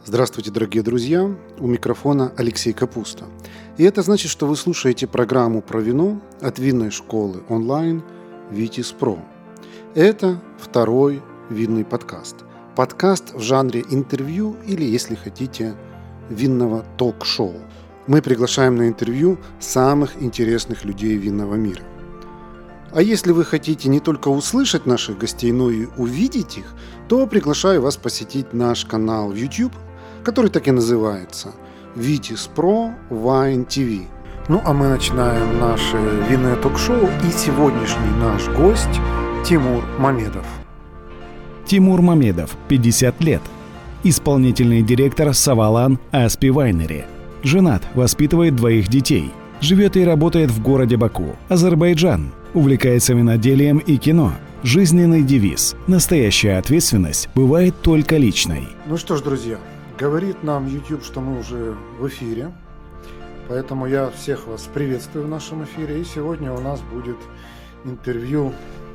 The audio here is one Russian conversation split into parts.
Здравствуйте, дорогие друзья! У микрофона Алексей Капуста. И это значит, что вы слушаете программу про вино от винной школы онлайн Vitis Pro. Это второй винный подкаст. Подкаст в жанре интервью или, если хотите, винного ток-шоу. Мы приглашаем на интервью самых интересных людей винного мира. А если вы хотите не только услышать наших гостей, но и увидеть их, то приглашаю вас посетить наш канал в YouTube, который так и называется Vitis Pro Wine TV. Ну а мы начинаем наше винное ток-шоу, и сегодняшний наш гость Тимур Мамедов. Тимур Мамедов, 50 лет. Исполнительный директор Савалан Аспи Вайнери. Женат, воспитывает двоих детей. Живет и работает в городе Баку, Азербайджан. Увлекается виноделием и кино. Жизненный девиз: настоящая ответственность бывает только личной. Ну что ж, друзья, говорит нам YouTube, что мы уже в эфире. Поэтому я всех вас приветствую в нашем эфире. И сегодня у нас будет интервью,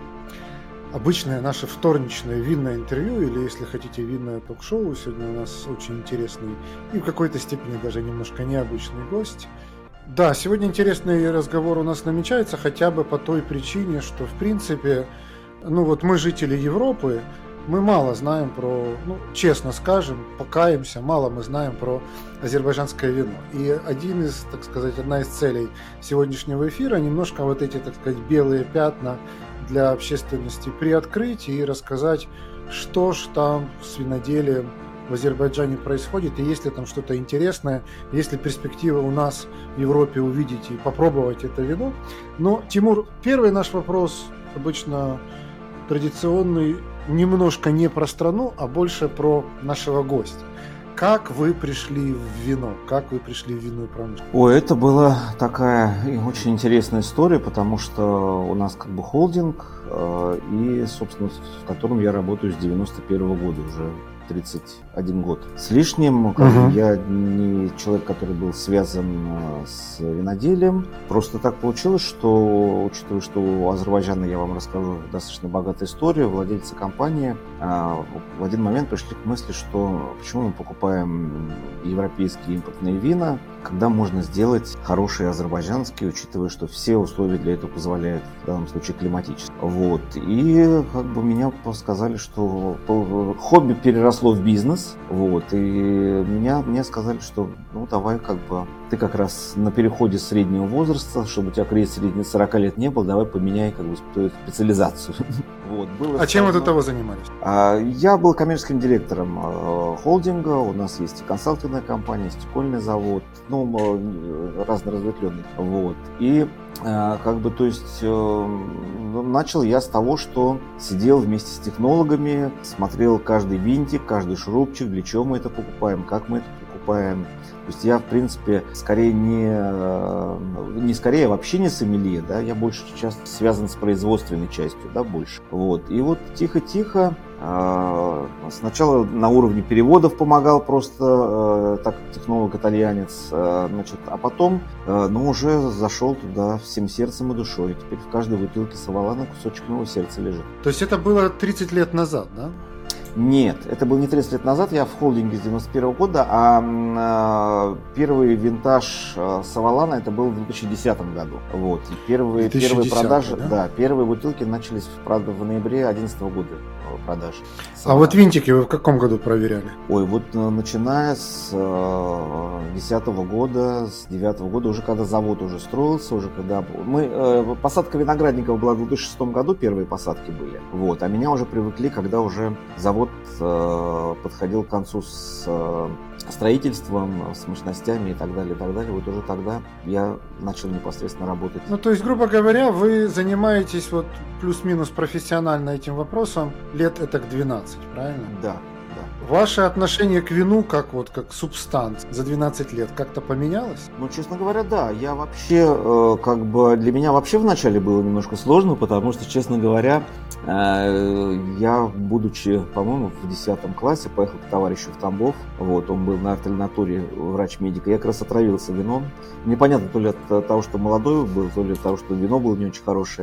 обычное наше вторничное винное интервью, или, если хотите, винное ток-шоу. Сегодня у нас очень интересный и в какой-то степени даже немножко необычный гость. Да, сегодня интересный разговор у нас намечается, хотя бы по той причине, что, в принципе, мы, жители Европы, мы мало знаем про, честно скажем, покаемся, мало мы знаем про азербайджанское вино. И одна из целей сегодняшнего эфира — немножко вот эти, белые пятна для общественности приоткрыть и рассказать, что ж там с виноделием в Азербайджане происходит, и есть ли там что-то интересное, есть ли перспектива у нас в Европе увидеть и попробовать это вино. Но, Тимур, первый наш вопрос обычно традиционный, немножко не про страну, а больше про нашего гостя. Как вы пришли в вино? Как вы пришли в винную промышленность? Это была такая очень интересная история, потому что у нас холдинг, и, собственно, в котором я работаю с 91 года, уже 31 год с лишним. Я не человек, который был связан с виноделием. Просто так получилось, что, учитывая, что у Азербайджана, я вам расскажу, достаточно богатая история, владельцы компании в один момент пришли к мысли, что почему мы покупаем европейские импортные вина, когда можно сделать хорошие азербайджанские, учитывая, что все условия для этого позволяют, в данном случае климатически. И меня сказали, что хобби переросло в бизнес. И мне сказали, что давай ты как раз на переходе среднего возраста, чтобы у тебя кризис средних 40 лет не был, давай поменяй специализацию. Чем вы до того занимались? Я был коммерческим директором холдинга, у нас есть и консалтинговая компания, и стекольный завод, разноразветвленный. И начал я с того, что сидел вместе с технологами, смотрел каждый винтик, каждый шурупчик, для чего мы это покупаем, как мы это покупаем. То есть я, в принципе, скорее а вообще не сомелье, да, я больше сейчас связан с производственной частью, да, больше. И тихо-тихо, сначала на уровне переводов помогал просто, так технолог-итальянец, а потом, уже зашел туда всем сердцем и душой. Теперь в каждой бутылке Савалана кусочек моего сердца лежит. То есть это было 30 лет назад, да? Нет, это было не 30 лет назад, я в холдинге с 91 года, а первый винтаж Савалана это был в 2010 году. И первые продажи, да? Первые бутылки начались в ноябре 2011 года продаж. А винтики вы в каком году проверяли? Начиная с 2010 года, с 2009 года, уже когда завод уже строился, посадка виноградников была в 2006 году, первые посадки были. А меня уже привыкли, когда уже завод подходил к концу с строительством, с мощностями и так далее, и так далее. Уже тогда я начал непосредственно работать. То есть, грубо говоря, вы занимаетесь плюс-минус профессионально этим вопросом лет 12, правильно? Да. Ваше отношение к вину как субстанции за 12 лет как-то поменялось? Честно говоря, да. Я вообще, для меня вообще вначале было немножко сложно, потому что, честно говоря, я, будучи, по-моему, в 10 классе, поехал к товарищу в Тамбов. Он был на альтернатуре врач-медик. Я как раз отравился вином. Непонятно, то ли от того, что молодой был, то ли от того, что вино было не очень хорошее.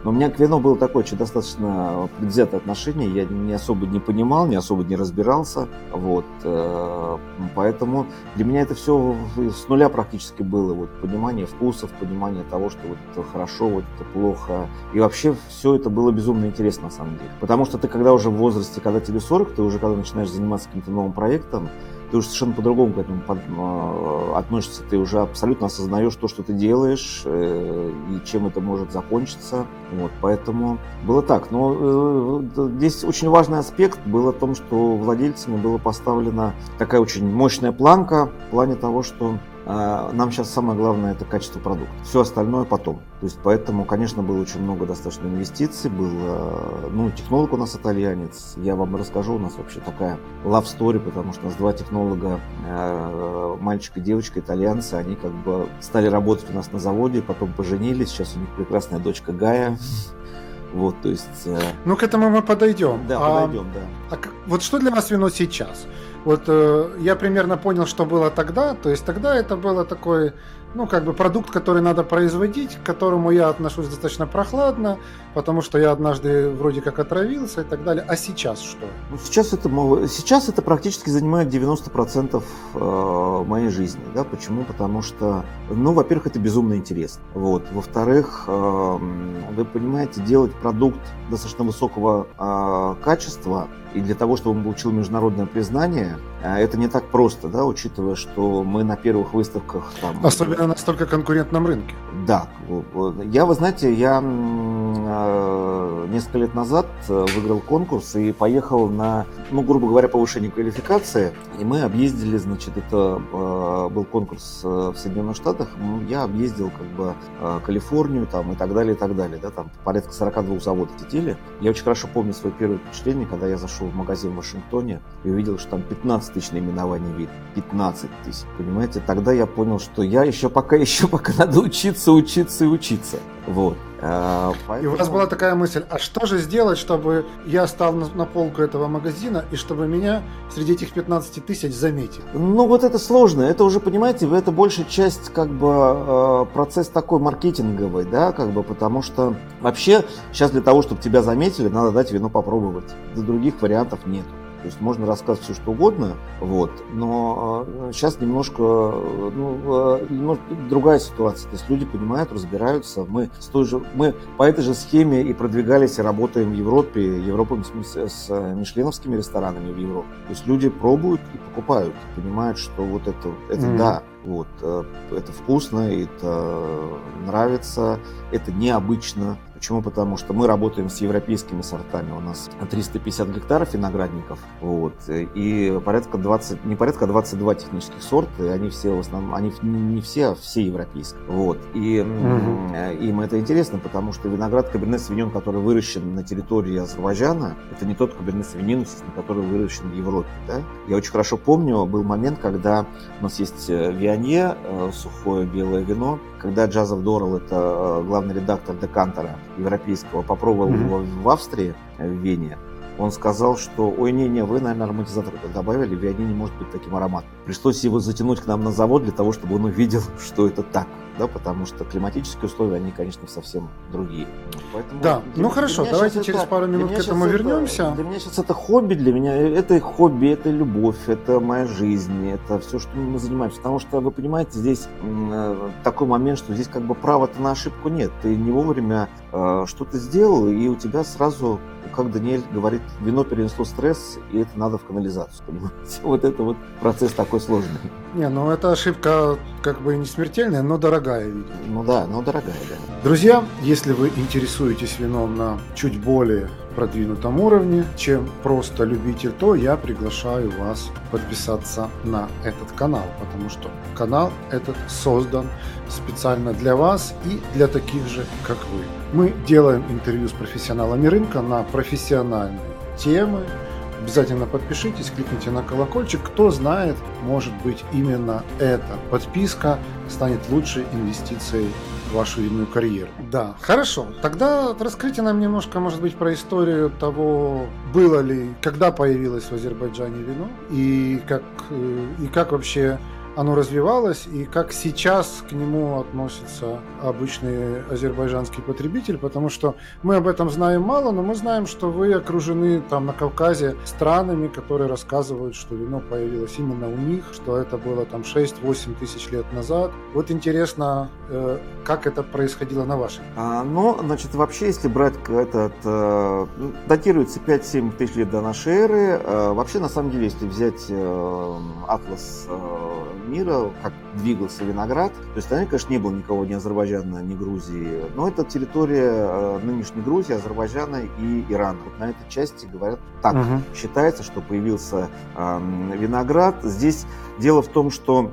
Но у меня к вину было такое очень достаточно предвзятое отношение, я не особо не понимал, не особо не разбирался, вот, поэтому для меня это все с нуля практически было, вот, понимание вкусов, понимание того, что вот это хорошо, вот это плохо, и вообще все это было безумно интересно на самом деле, потому что ты когда уже в возрасте, когда тебе 40, ты уже когда начинаешь заниматься каким-то новым проектом, ты уже совершенно по-другому к этому относишься, ты уже абсолютно осознаешь то, что ты делаешь, и чем это может закончиться. Вот, поэтому было так. Но здесь очень важный аспект был в том, что владельцами была поставлена такая очень мощная планка в плане того, что нам сейчас самое главное — это качество продукта. Все остальное потом. То есть поэтому, конечно, было очень много достаточно инвестиций. Технолог у нас итальянец. Я вам расскажу, у нас вообще такая love story, потому что у нас два технолога, мальчик и девочка, итальянцы, они как бы стали работать у нас на заводе, потом поженились. Сейчас у них прекрасная дочка Гая. Вот, то есть... к этому мы подойдем. Да, подойдем, да. Вот что для вас вино сейчас? Вот я примерно понял, что было тогда. То есть тогда это было такой, продукт, который надо производить, к которому я отношусь достаточно прохладно, потому что я однажды вроде как отравился и так далее. А сейчас что? Сейчас это практически занимает 90% моей жизни. Да? Почему? Потому что, во-первых, это безумно интересно. Вот. Во-вторых, вы понимаете, делать продукт достаточно высокого качества, и для того, чтобы он получил международное признание, это не так просто, да, учитывая, что мы на первых выставках... Особенно на настолько конкурентном рынке. Да. Вы знаете, я несколько лет назад выиграл конкурс и поехал на, грубо говоря, повышение квалификации. И мы объездили, это был конкурс в Соединенных Штатах. Я объездил Калифорнию и так далее, и так далее. Да, там порядка 42 заводов летели. Я очень хорошо помню свое первое впечатление, когда я зашел в магазин в Вашингтоне и увидел, что там 15 тысяч наименований видно. 15 тысяч. Понимаете, тогда я понял, что я еще пока надо учиться и учиться. Вот. И у вас была такая мысль, а что же сделать, чтобы я стал на полку этого магазина и чтобы меня среди этих 15 тысяч заметили? Это сложно. Это уже, понимаете, это большая часть процесс такой маркетинговый, да, потому что вообще сейчас для того, чтобы тебя заметили, надо дать вино попробовать. Других вариантов нет. То есть можно рассказывать все, что угодно, но сейчас немножко другая ситуация. То есть люди понимают, разбираются. Мы по этой же схеме и продвигались, и работаем в Европе. Европа с мишленовскими ресторанами в Европе. То есть люди пробуют и покупают, понимают, что да. Это вкусно, это нравится, это необычно. Почему? Потому что мы работаем с европейскими сортами. У нас 350 гектаров виноградников, и порядка 22 технических сорта, и они все в основном, они не все, а все европейские. И им это интересно, потому что виноград Каберне Совиньон, который выращен на территории Азербайджана, это не тот Каберне Совиньон, естественно, который выращен в Европе. Да? Я очень хорошо помню, был момент, когда у нас есть Вианье, сухое белое вино, когда Джозеф Доррелл, это главный редактор Декантера европейского, попробовал его в Австрии, в Вене, он сказал, что вы, наверное, ароматизатор добавили, Вианье не может быть таким ароматом. Пришлось его затянуть к нам на завод для того, чтобы он увидел, что это так. Да, потому что климатические условия, они, конечно, совсем другие. Поэтому хорошо, давайте через пару минут к этому вернемся. Для меня сейчас это хобби, это любовь, это моя жизнь, это все, что мы занимаемся. Потому что, вы понимаете, здесь такой момент, что здесь права-то на ошибку нет. Ты не вовремя что-то сделал, и у тебя сразу, как Даниэль говорит, вино перенесло стресс, и это надо в канализацию, понимаете? Это процесс такой сложный. Эта ошибка не смертельная, но дорогая, видимо. Дорогая, да. Друзья, если вы интересуетесь вином на чуть более продвинутом уровне, чем просто любитель, то я приглашаю вас подписаться на этот канал, потому что канал этот создан специально для вас и для таких же, как вы. Мы делаем интервью с профессионалами рынка на профессиональные темы. Обязательно подпишитесь, кликните на колокольчик. Кто знает, может быть, именно эта подписка станет лучшей инвестицией в вашу винную карьеру. Да, хорошо. Тогда расскажите нам немножко, может быть, про историю того, когда появилось в Азербайджане вино, и как вообще оно развивалось и как сейчас к нему относится обычный азербайджанский потребитель, потому что мы об этом знаем мало, но мы знаем, что вы окружены там на Кавказе странами, которые рассказывают, что вино появилось именно у них, что это было там 6-8 тысяч лет назад. Вот интересно, как это происходило на вашей? Значит, вообще, если брать датируется 5-7 тысяч лет до нашей эры. Вообще, на самом деле, если взять атлас мира, как двигался виноград, то есть там, конечно, не было никого ни Азербайджана, ни Грузии, но это территория нынешней Грузии, Азербайджана и Ирана. Вот на этой части говорят так. Считается, что появился виноград. Здесь дело в том, что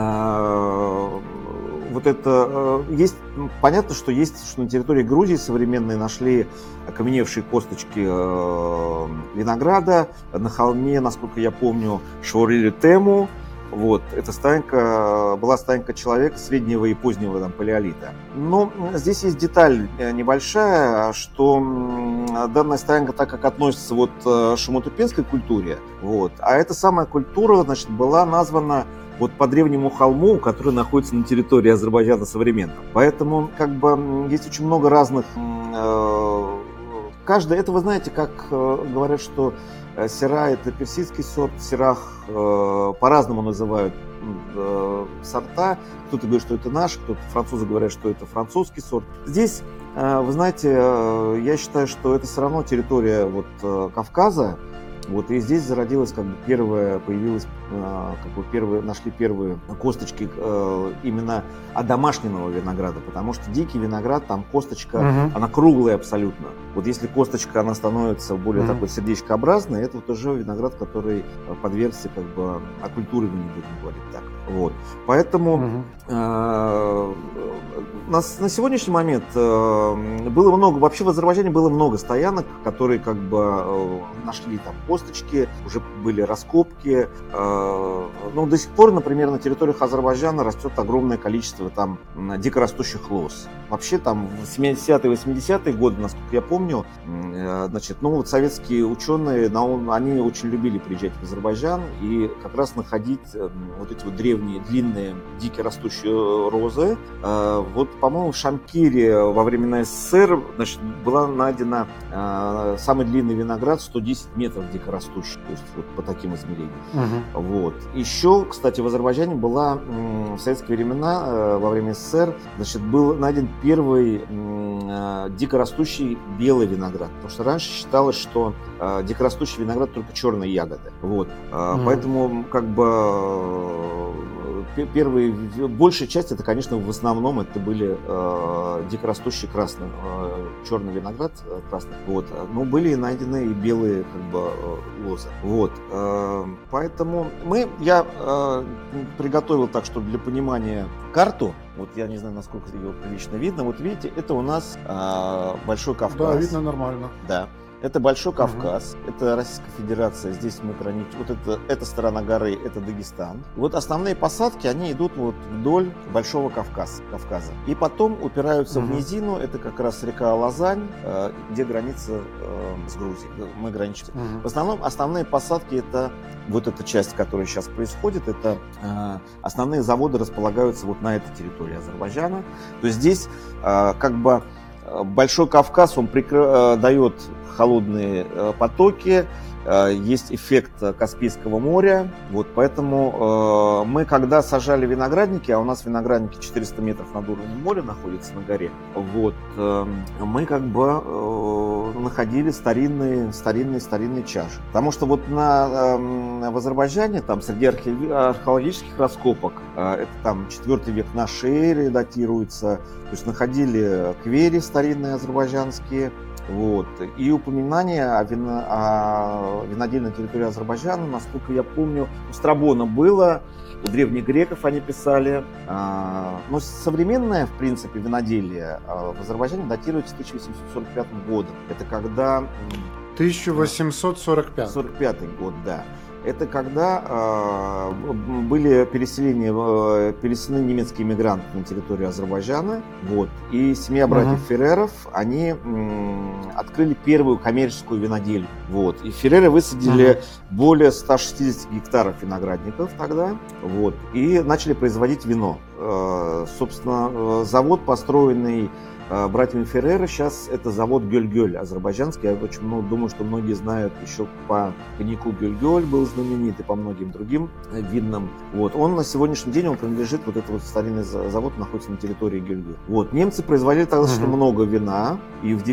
есть, понятно, что на территории Грузии современной нашли окаменевшие косточки винограда на холме, насколько я помню, Шорили-Тему. Вот, эта была стоянка человека среднего и позднего палеолита. Но здесь есть деталь небольшая, что данная стоянка, так как относится к шамотупенской культуре, а эта самая культура, значит, была названа по древнему холму, который находится на территории Азербайджана современного. Поэтому есть очень много разных. Это вы знаете, как говорят, что Сира – это персидский сорт, в Сирах по-разному называют сорта. Кто-то говорит, что это наш, кто-то французы говорят, что это французский сорт. Здесь, вы знаете, я считаю, что это все равно территория Кавказа. И здесь зародилась нашли первые косточки именно одомашненного винограда, потому что дикий виноград, там косточка, она круглая абсолютно. Если косточка, она становится более такой сердечкообразной, это уже виноград, который подвергся оккультуриванию, будем говорить так. Поэтому на сегодняшний момент было много, вообще в Азербайджане было много стоянок, которые нашли там косточки, уже были раскопки. Но до сих пор, например, на территориях Азербайджана растет огромное количество там дикорастущих лоз. Вообще там в 70-е, 80-е годы, насколько я помню, советские ученые, они очень любили приезжать в Азербайджан и как раз находить эти древние, длинные, дико растущие розы. По-моему, в Шамкире во времена СССР, была найдена самый длинный виноград 110 метров дикорастущий, то есть по таким измерениям. Еще, кстати, в Азербайджане была в советские времена, во время СССР, был найден первый дикорастущий белый виноград, потому что раньше считалось, что дикорастущий виноград только черные ягоды. Поэтому большая часть, это, конечно, в основном это были дикорастущий черный виноград красный. Но были найдены и белые лозы. Поэтому я приготовил так, чтобы для понимания карту. Я не знаю, насколько ее прилично видно. Видите, это у нас Большой Кавказ. Да, видно нормально. Да. Это Большой Кавказ, это Российская Федерация, здесь мы граничим. Эта сторона горы, это Дагестан. Основные посадки, они идут вдоль Большого Кавказа. И потом упираются в низину, это как раз река Лазань, где граница с Грузией. Мы граничим. В основном основные посадки, это эта часть, которая сейчас происходит, это основные заводы располагаются на этой территории Азербайджана. То есть здесь Большой Кавказ, он дает холодные потоки, есть эффект Каспийского моря. Поэтому мы, когда сажали виноградники, а у нас виноградники 400 метров над уровнем моря находятся на горе, мы находили старинные чаши. Потому что в Азербайджане, среди археологических раскопок, это 4 век нашей эры датируется, то есть находили квери старинные азербайджанские. И упоминание о винодельной территории Азербайджана, насколько я помню, у Страбона было, у древних греков они писали. Но современное, в принципе, виноделие в Азербайджане датируется 1845 годом. Это когда... 1845. 45 год, да. Это когда были переселены немецкие мигранты на территорию Азербайджана. Вот. И семья братьев Ферреров, они открыли первую коммерческую винодельню. Вот. И Ферреры высадили более 160 гектаров виноградников тогда. Вот. И начали производить вино. Собственно, завод, построенный братьями Феррера, сейчас это завод Гёль-Гёль азербайджанский. Я очень думаю, что многие знают еще по коньяку Гёль-Гёль, был знаменит, и по многим другим винным. Вот. Он на сегодняшний день принадлежит, вот этот вот старинный завод находится на территории Гёль-Гёль. Вот. Немцы производили тогда достаточно много вина, и в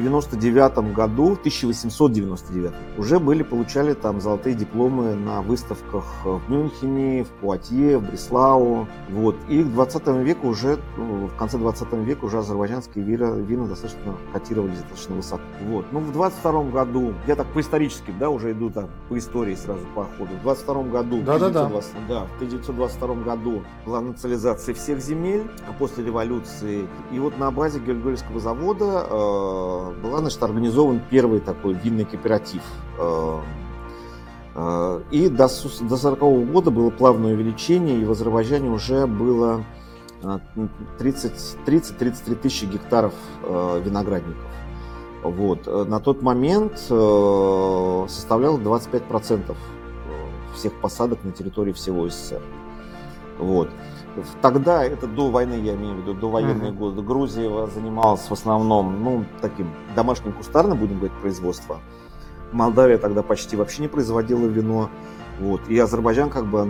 1899 уже получали там золотые дипломы на выставках в Мюнхене, в Пуатье, в Бреслау. Вот. И в 20 веке уже, в конце 20 века уже азербайджанские вина достаточно котировались достаточно высоко. Вот. Ну, в 22 году, я так по историческим, уже иду так по истории сразу по ходу. В 22 году, в 1922 году была национализация всех земель после революции. И вот на базе Гёль-Гёльского завода была, организован первый такой винный кооператив. И до 40 года было плавное увеличение, и в Азербайджане уже было 30-33 тысячи гектаров виноградников. Вот. На тот момент составляло 25% всех посадок на территории всего СССР. Вот. Тогда, это до войны, я имею в виду, до военные годы, Грузия занималась в основном таким домашним кустарным, будем говорить, производством. Молдавия тогда почти вообще не производила вино. Вот. И Азербайджан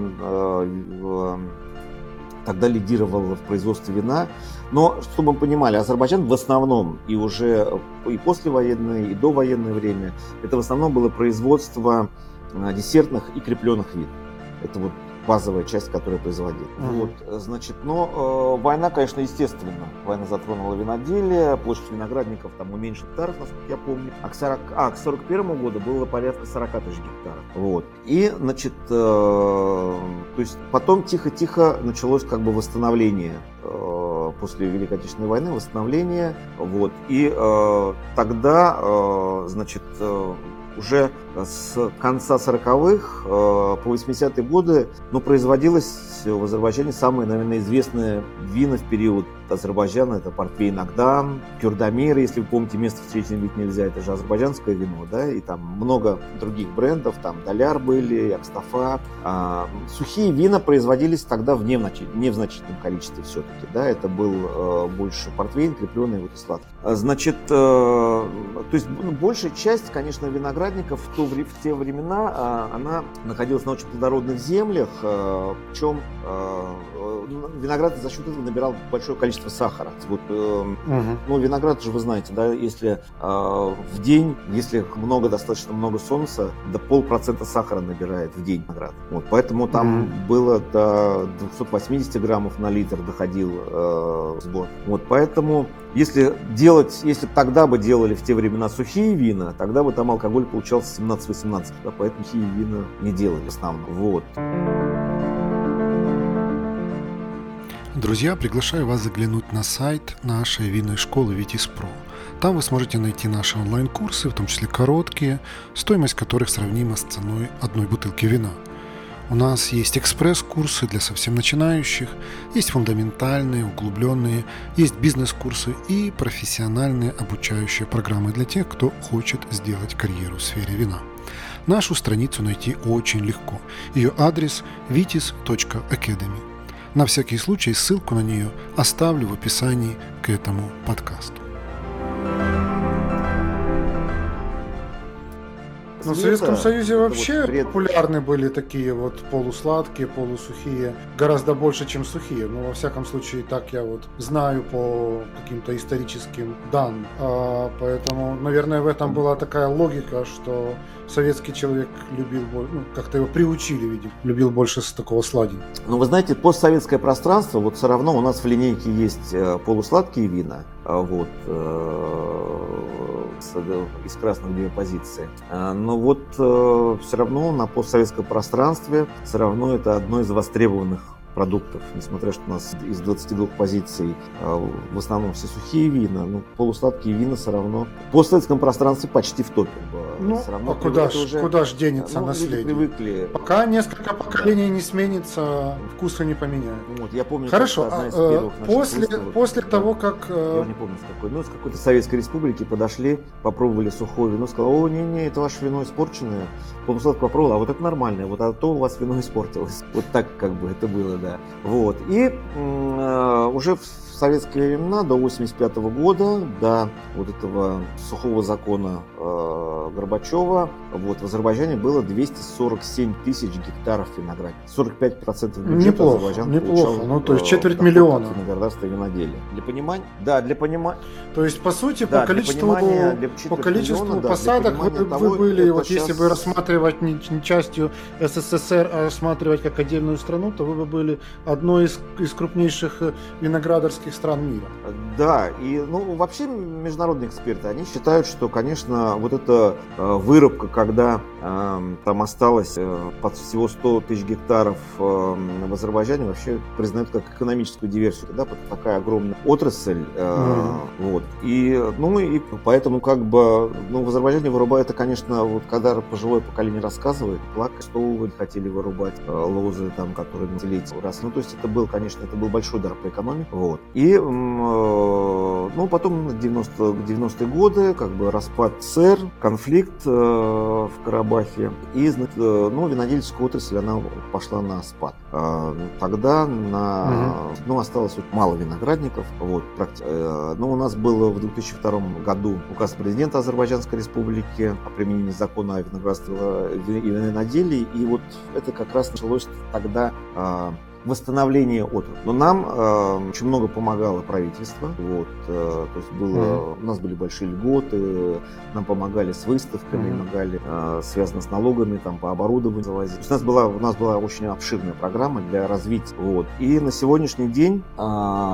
тогда лидировал в производстве вина. Но, чтобы мы понимали, Азербайджан в основном и уже и послевоенное, и довоенное время, это в основном было производство десертных и крепленных вин. Это вот базовая часть, которую производил. Вот, значит, но война, конечно, естественно, война затронула виноделие, площадь виноградников там уменьшилась гектаров, насколько я помню, к 41 году было порядка 40 тысяч гектаров. Вот. И, значит, то есть потом тихо-тихо началось восстановление после Великой Отечественной войны, восстановление. Вот. И тогда, значит, уже с конца 40-х по 80-е годы производилось в Азербайджане самые, наверное, известные вина в период Азербайджана. Это портвейн Агдам, Кюрдамир, если вы помните, место встречи ведь нельзя, это же азербайджанское вино, да, и там много других брендов, там Доляр были, Акстафа. Сухие вина производились тогда в незначительном количестве все-таки, да, это был больше портвейн, крепленый, вот и сладкий. Значит, то есть большая часть, конечно, виноградников в те времена, она находилась на очень плодородных землях, причем виноград за счет этого набирал большое количество сахара. Вот, виноград же вы знаете, да, если в день, если достаточно много солнца, до 0,5% сахара набирает в день виноград. Вот, поэтому там было до 280 граммов на литр доходил сбор. Вот, поэтому если тогда бы делали в те времена сухие вина, тогда бы там алкоголь получался 17-18, да, поэтому сухие вина не делали в основном. Вот. Друзья, приглашаю вас заглянуть на сайт нашей винной школы Vitis.Pro. Там вы сможете найти наши онлайн-курсы, в том числе короткие, стоимость которых сравнима с ценой одной бутылки вина. У нас есть экспресс-курсы для совсем начинающих, есть фундаментальные, углубленные, есть бизнес-курсы и профессиональные обучающие программы для тех, кто хочет сделать карьеру в сфере вина. Нашу страницу найти очень легко. Ее адрес vitis.academy. На всякий случай ссылку на нее оставлю в описании к этому подкасту. В Советском Союзе вообще популярны были такие вот полусладкие, полусухие, гораздо больше, чем сухие. Но во всяком случае, так я вот знаю по каким-то историческим данным. Поэтому, наверное, в этом была такая логика, что советский человек любил, как-то его приучили, видимо, любил больше такого сладенького. Ну, вы знаете, постсоветское пространство, вот все равно у нас в линейке есть полусладкие вина, вот, из красных две позиции. Но вот все равно на постсоветском пространстве все равно это одно из востребованных продуктов, несмотря что у нас из 22 позиций в основном все сухие вина, но полусладкие вина все равно в постсоветском пространстве почти в топе. Ну, все равно куда ж денется наследие? Привыкли. Пока несколько поколений не сменится, вкуса не поменяют. Вот, я помню, хорошо, одна из первых после того, как... Я не помню, с какой. Ну, с какой-то Советской Республики подошли, попробовали сухое вино, сказали: о, не, это ваше вино испорченное. Потом попробовал, а вот это нормальное, вот а то у вас вино испортилось. Вот так как бы это было, да. Вот. И уже в советские времена, до 1985 года, до вот этого сухого закона Горбачева, вот, в Азербайджане было 247 тысяч гектаров винограда. 45% бюджета Азербайджана получал. Ну, то есть четверть миллиона. Виноградарства и виноделия. Для понимания? Да, для понимания. То есть, по сути, да, по количеству посадок вы были, вот сейчас... если бы рассматривать не частью СССР, а рассматривать как отдельную страну, то вы бы были одной из крупнейших виноградарских стран мира. Да, и вообще международные эксперты, они считают, что, конечно, вот эта вырубка, когда там осталось под всего 100 тысяч гектаров в Азербайджане, вообще признают как экономическую диверсию, да, такая огромная отрасль, вот, и поэтому как бы, в Азербайджане вырубают, это, конечно, вот когда пожилое поколение рассказывает, плакали, хотели вырубать лозы, там, которые на десятилетия росли, то есть это был, конечно, большой удар по экономике, вот, и потом 90-е годы, как бы распад СССР, конфликт в Карабахе, и винодельческая отрасль, она пошла на спад. Тогда осталось мало виноградников. Вот, у нас было в 2002 году указ президента Азербайджанской Республики о применении закона о виноградарстве и виноделии, и вот это как раз началось тогда восстановление отрасли. Но нам очень много помогало правительство. Вот, то есть у нас были большие льготы, нам помогали с выставками, помогали связано с налогами, там, по оборудованию завозить. То есть у нас была очень обширная программа для развития. Вот. И на сегодняшний день, у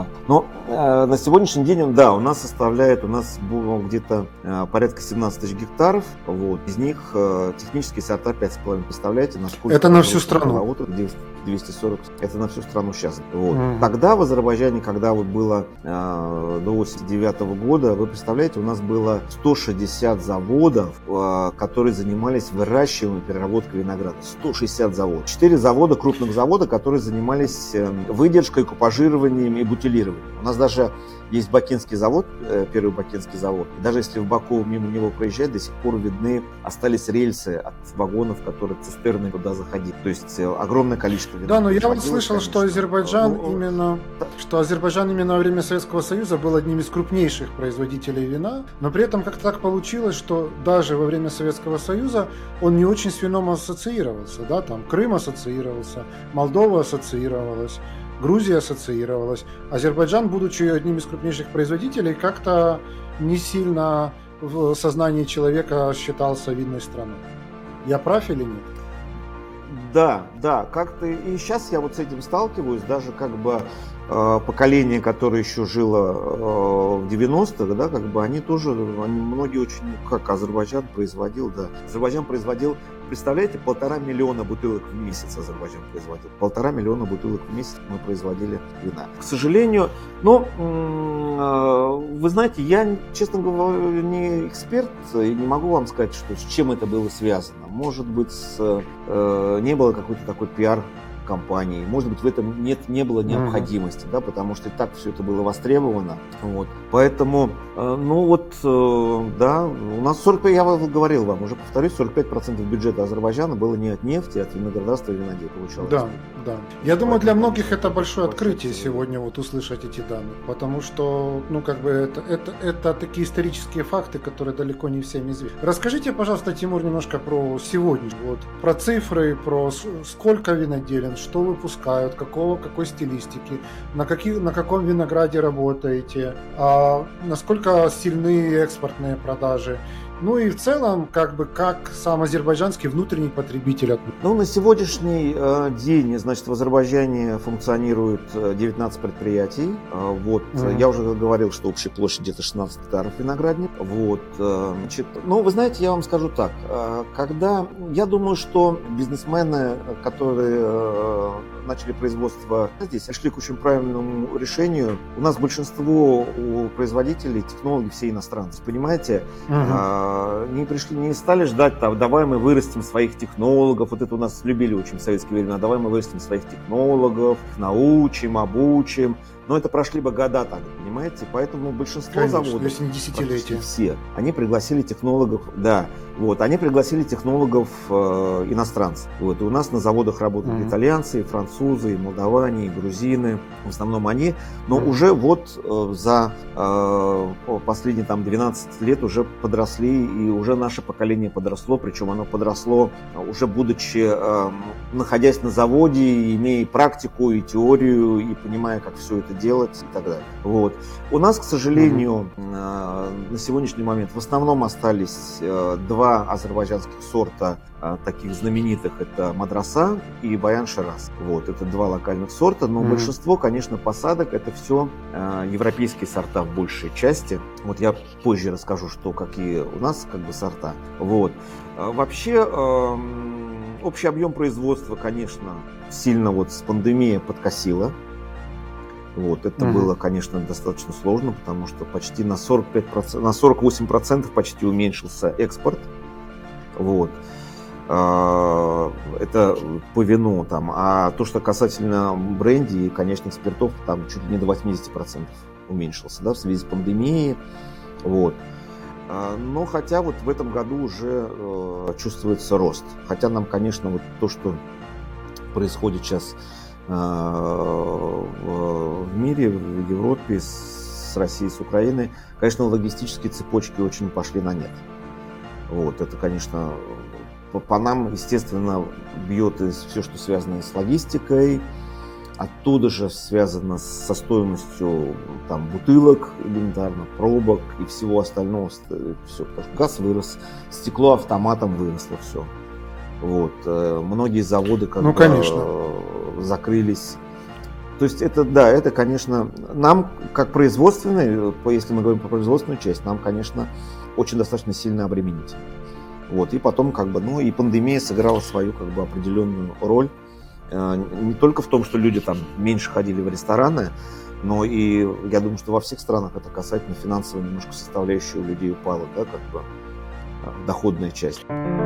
нас составляет, было где-то порядка 17 тысяч гектаров. Вот. Из них технические сорта 5,5. Представляете, насколько... Это на всю страну? 240. Это на всю страну сейчас. Вот. Тогда в Азербайджане, когда вот было до 1989 года, вы представляете, у нас было 160 заводов, которые занимались выращиванием и переработкой винограда. 160 заводов. 4 завода, крупных завода, которые занимались выдержкой, купажированием и бутилированием. У нас даже есть Бакинский завод, первый Бакинский завод. И даже если в Баку мимо него проезжать, до сих пор остались рельсы от вагонов, которые цистерны туда заходили. То есть огромное количество вина. Да, но я вот слышал, что Азербайджан именно во время Советского Союза был одним из крупнейших производителей вина, но при этом как-то так получилось, что даже во время Советского Союза он не очень с вином ассоциировался. Да? Там Крым ассоциировался, Молдова ассоциировалась, Грузия ассоциировалась. Азербайджан, будучи одним из крупнейших производителей, как-то не сильно в сознании человека считался винной страной. Я прав или нет? Да, как-то и сейчас я вот с этим сталкиваюсь, даже как бы поколение, которое еще жило в 90-х, да, как бы многие очень, как Азербайджан производил, да. Азербайджан производил, представляете, 1,5 миллиона бутылок в месяц Азербайджан производил. 1,5 миллиона бутылок в месяц мы производили вина. К сожалению, вы знаете, я, честно говоря, не эксперт и не могу вам сказать, с чем это было связано. Может быть, не было какой-то такой пиар-компании, может быть, в этом не было необходимости, да, потому что и так все это было востребовано. Вот. Поэтому, да, у нас 45%, я говорил вам, уже повторюсь, 45% бюджета Азербайджана было не от нефти, а от виноградарства и виноделия получалось. Да. Я думаю, для многих это большое открытие сегодня вот услышать эти данные, потому что, это такие исторические факты, которые далеко не всем известны. Расскажите, пожалуйста, Тимур, немножко про сегодня, про цифры, про сколько виноделин, что выпускают, какой стилистики, на каком винограде работаете, насколько сильны экспортные продажи. Ну и в целом, как сам азербайджанский внутренний потребитель. На сегодняшний день, значит, в Азербайджане функционирует 19 предприятий. Вот, я уже говорил, что общая площадь где-то 16 гектаров виноградник. Вот, значит, вы знаете, я вам скажу так, я думаю, что бизнесмены, которые начали производство здесь, пришли к очень правильному решению. У нас большинство производителей, технологи все иностранцы, понимаете? не стали ждать, там, давай мы вырастим своих технологов, вот это у нас любили очень в советские времена, давай мы вырастим своих технологов, научим, обучим. Но это прошли бы года так, понимаете? Поэтому большинство заводов, если не десятилетия, все, они пригласили технологов, они пригласили технологов иностранцев. Вот, и у нас на заводах работают итальянцы, и французы, и молдаване, и грузины, в основном они. Но уже за последние 12 лет уже подросли, и уже наше поколение подросло, причем оно подросло уже будучи, находясь на заводе, имея практику, и теорию, и понимая, как все это делать и так далее. Вот. У нас, к сожалению, на сегодняшний момент в основном остались два азербайджанских сорта, таких знаменитых, это Мадраса и Баян Шираз. Вот, это два локальных сорта, но большинство, конечно, посадок это все европейские сорта в большей части. Вот я позже расскажу, какие у нас сорта. Вот. Вообще, общий объем производства, конечно, сильно с пандемией подкосило. Вот, это было, конечно, достаточно сложно, потому что почти на 45%, на 48% почти уменьшился экспорт. Вот. Это по вину там. А то, что касательно бренди и конечных спиртов, там чуть ли не до 80% уменьшился, в связи с пандемией. Вот. Но хотя в этом году уже чувствуется рост. Хотя нам, конечно, то, что происходит сейчас в мире, в Европе, с Россией, с Украиной, конечно, логистические цепочки очень пошли на нет. Вот, это, конечно, по нам, естественно, бьет все, что связано с логистикой. Оттуда же связано со стоимостью бутылок элементарно, пробок и всего остального. Все, потому что газ вырос, стекло автоматом выросло все. Вот, многие заводы закрылись. То есть это, конечно, нам, как производственной, если мы говорим про производственную часть, нам, конечно, очень достаточно сильно обременительно. Вот, и потом, и пандемия сыграла свою, определенную роль. Не только в том, что люди меньше ходили в рестораны, но и, я думаю, что во всех странах это касательно финансовой немножко составляющей у людей упала, доходная часть.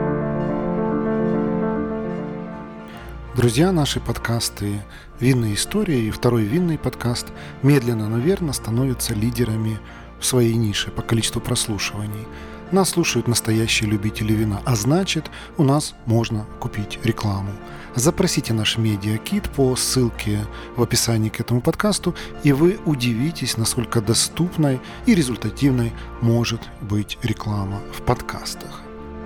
Друзья, наши подкасты «Винные истории» и второй винный подкаст медленно, но верно становятся лидерами в своей нише по количеству прослушиваний. Нас слушают настоящие любители вина, а значит, у нас можно купить рекламу. Запросите наш медиакит по ссылке в описании к этому подкасту, и вы удивитесь, насколько доступной и результативной может быть реклама в подкастах.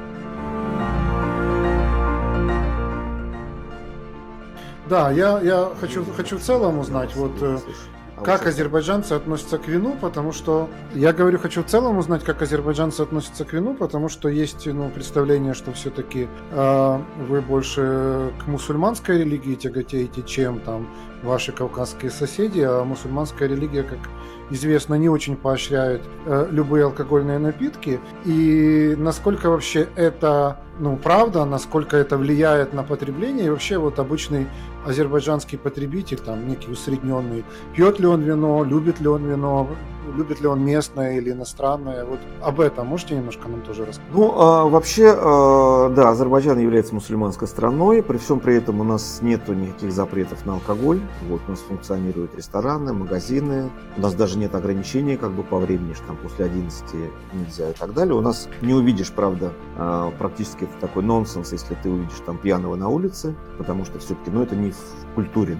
Да, я хочу в целом узнать, как азербайджанцы относятся к вину, потому что хочу в целом узнать, как азербайджанцы относятся к вину, потому что есть представление, что все-таки вы больше к мусульманской религии тяготеете, чем ваши кавказские соседи, а мусульманская религия, как известно, не очень поощряет любые алкогольные напитки. И насколько вообще это правда, насколько это влияет на потребление, и вообще обычный азербайджанский потребитель, некий усредненный, пьет ли он вино, любит ли он вино, любит ли он местное или иностранное. Об этом можете немножко нам тоже рассказать? Вообще, Азербайджан является мусульманской страной, при всем при этом у нас нету никаких запретов на алкоголь. У нас функционируют рестораны, магазины, у нас даже нет ограничений по времени, что после 11 нельзя и так далее. У нас не увидишь, правда, практически это такой нонсенс, если ты увидишь пьяного на улице, потому что все-таки, это не в культуре,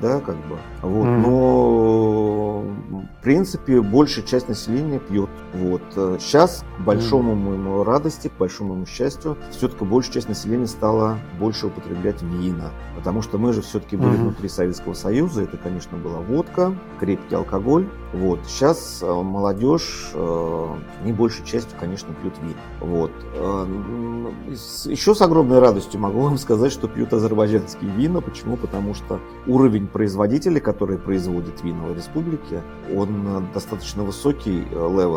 но в принципе большая часть населения пьет. Сейчас, к большому моему радости, к большому моему счастью, все-таки большая часть населения стала больше употреблять вина, потому что мы же все-таки были внутри Советского Союза, это, конечно, была водка, крепкий алкоголь. Сейчас молодежь не большей частью, конечно, пьют вина. Еще с огромной радостью могу вам сказать, что пьют азербайджанские вина. Почему? Потому что уровень производителей, которые производят вина в республике, он достаточно высокий левел.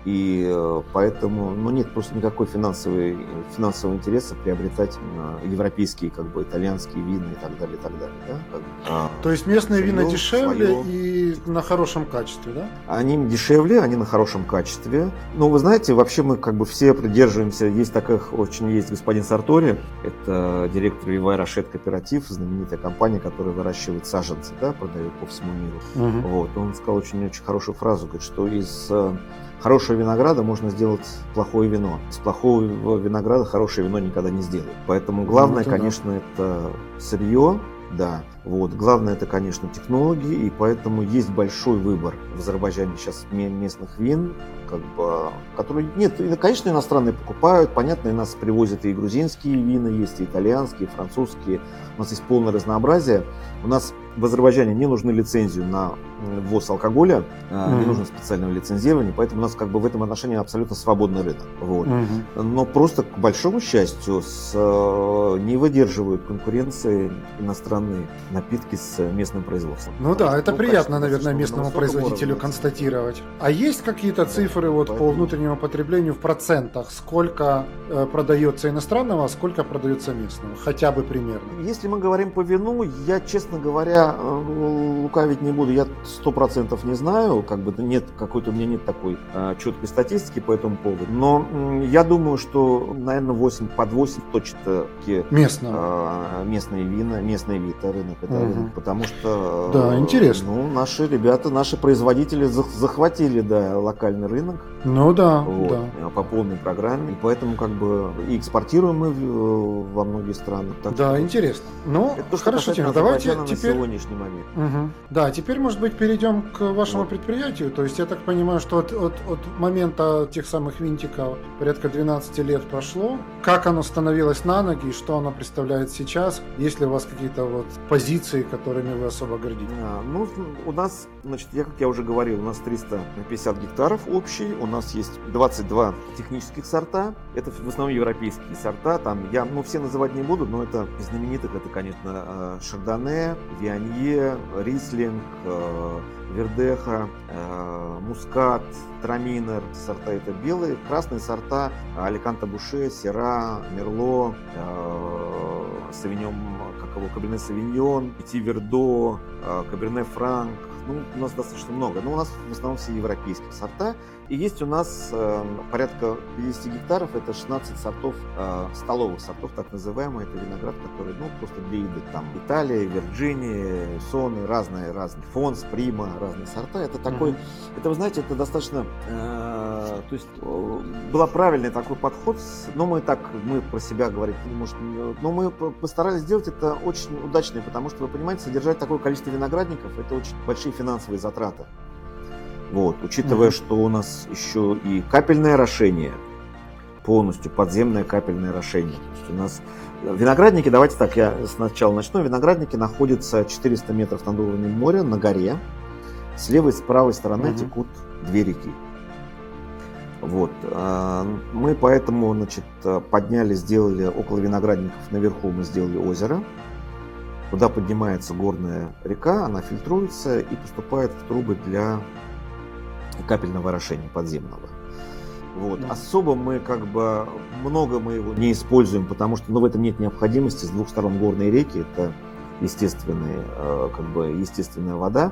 И поэтому нет просто никакой финансового интереса приобретать европейские, итальянские вина и так далее, и так далее. Да? То есть местные вина дешевле и на хорошем качестве, да? Они дешевле, они на хорошем качестве. Но вы знаете, вообще мы все придерживаемся, есть господин Сартори, это директор Вивай Рашед Кооператив, знаменитая компания, которая выращивает саженцы, да, продает по всему миру. Вот. Он сказал очень-очень хорошую фразу, говорит, что из хорошего винограда можно сделать плохое вино. Из плохого винограда хорошее вино никогда не сделают. Поэтому главное, конечно, это сырье, да. Вот. Главное, это, конечно, технологии, и поэтому есть большой выбор в Азербайджане сейчас местных вин, которые нет, конечно, иностранные покупают, понятно, и нас привозят и грузинские вина, есть и итальянские, и французские. У нас есть полное разнообразие. У нас в Азербайджане не нужны лицензию на ввоз алкоголя, не нужно специального лицензирования, поэтому у нас в этом отношении абсолютно свободный рынок. Вот. Но просто, к большому счастью, не выдерживают конкуренции иностранные напитки с местным производством. Ну да, это приятно, наверное, местному производителю констатировать. А есть какие-то цифры по внутреннему потреблению в процентах? Сколько продается иностранного, а сколько продается местного? Хотя бы примерно. Если мы говорим по вину, я, честно говоря, лукавить не буду. Я 100% не знаю, у меня нет такой четкой статистики по этому поводу. Но я думаю, что, наверное, 8 точно местные вина, местный вид, рынок, это рынок, потому что да, интересно. Наши ребята, наши производители захватили, да, локальный рынок. Ну да, да. По полной программе. И поэтому и экспортируем мы во многие страны. Да, интересно. Ну, хорошо, Тимур, давайте теперь... сегодняшний момент. Да, теперь, может быть, перейдем к вашему предприятию. То есть я так понимаю, что от момента тех самых винтиков порядка 12 лет прошло. Как оно становилось на ноги и что оно представляет сейчас? Есть ли у вас какие-то позиции, которыми вы особо гордитесь? У нас, как я уже говорил, у нас 350 гектаров общий. У нас есть 22 технических сорта. Это в основном европейские сорта. Там все называть не буду, но это из знаменитых, это, конечно, Шардоне, Вианье, Рислинг, Вердеха, Мускат, Траминер. Сорта это белые. Красные сорта Аликанте Буше, Сера, Мерло, Савиньон, Каберне Савиньон, Пяти Вердо, Каберне Франк. У нас достаточно много, но у нас в основном все европейские сорта. И есть у нас порядка 50 гектаров, это 16 сортов, столовых сортов, так называемые. Это виноград, который просто для еды. Там Италия, Вирджиния, Соны, разные. Фонс, Прима, разные сорта. Это такой, это, вы знаете, это достаточно, то есть был правильный такой подход. Но мы про себя говорить не можем. Но мы постарались сделать это очень удачно, потому что, вы понимаете, содержать такое количество виноградников, это очень большие финансовые затраты. Учитывая, что у нас еще и капельное орошение, полностью подземное капельное орошение. У нас виноградники, давайте так, я сначала начну. Виноградники находятся 400 метров над уровнем моря на горе. С левой и с правой стороны текут две реки. Мы поэтому, сделали около виноградников наверху, мы сделали озеро. Туда поднимается горная река, она фильтруется и поступает в трубы для капельного орошения подземного. Особо мы много мы его не используем, потому что в этом нет необходимости. С двух сторон горные реки, это естественная вода.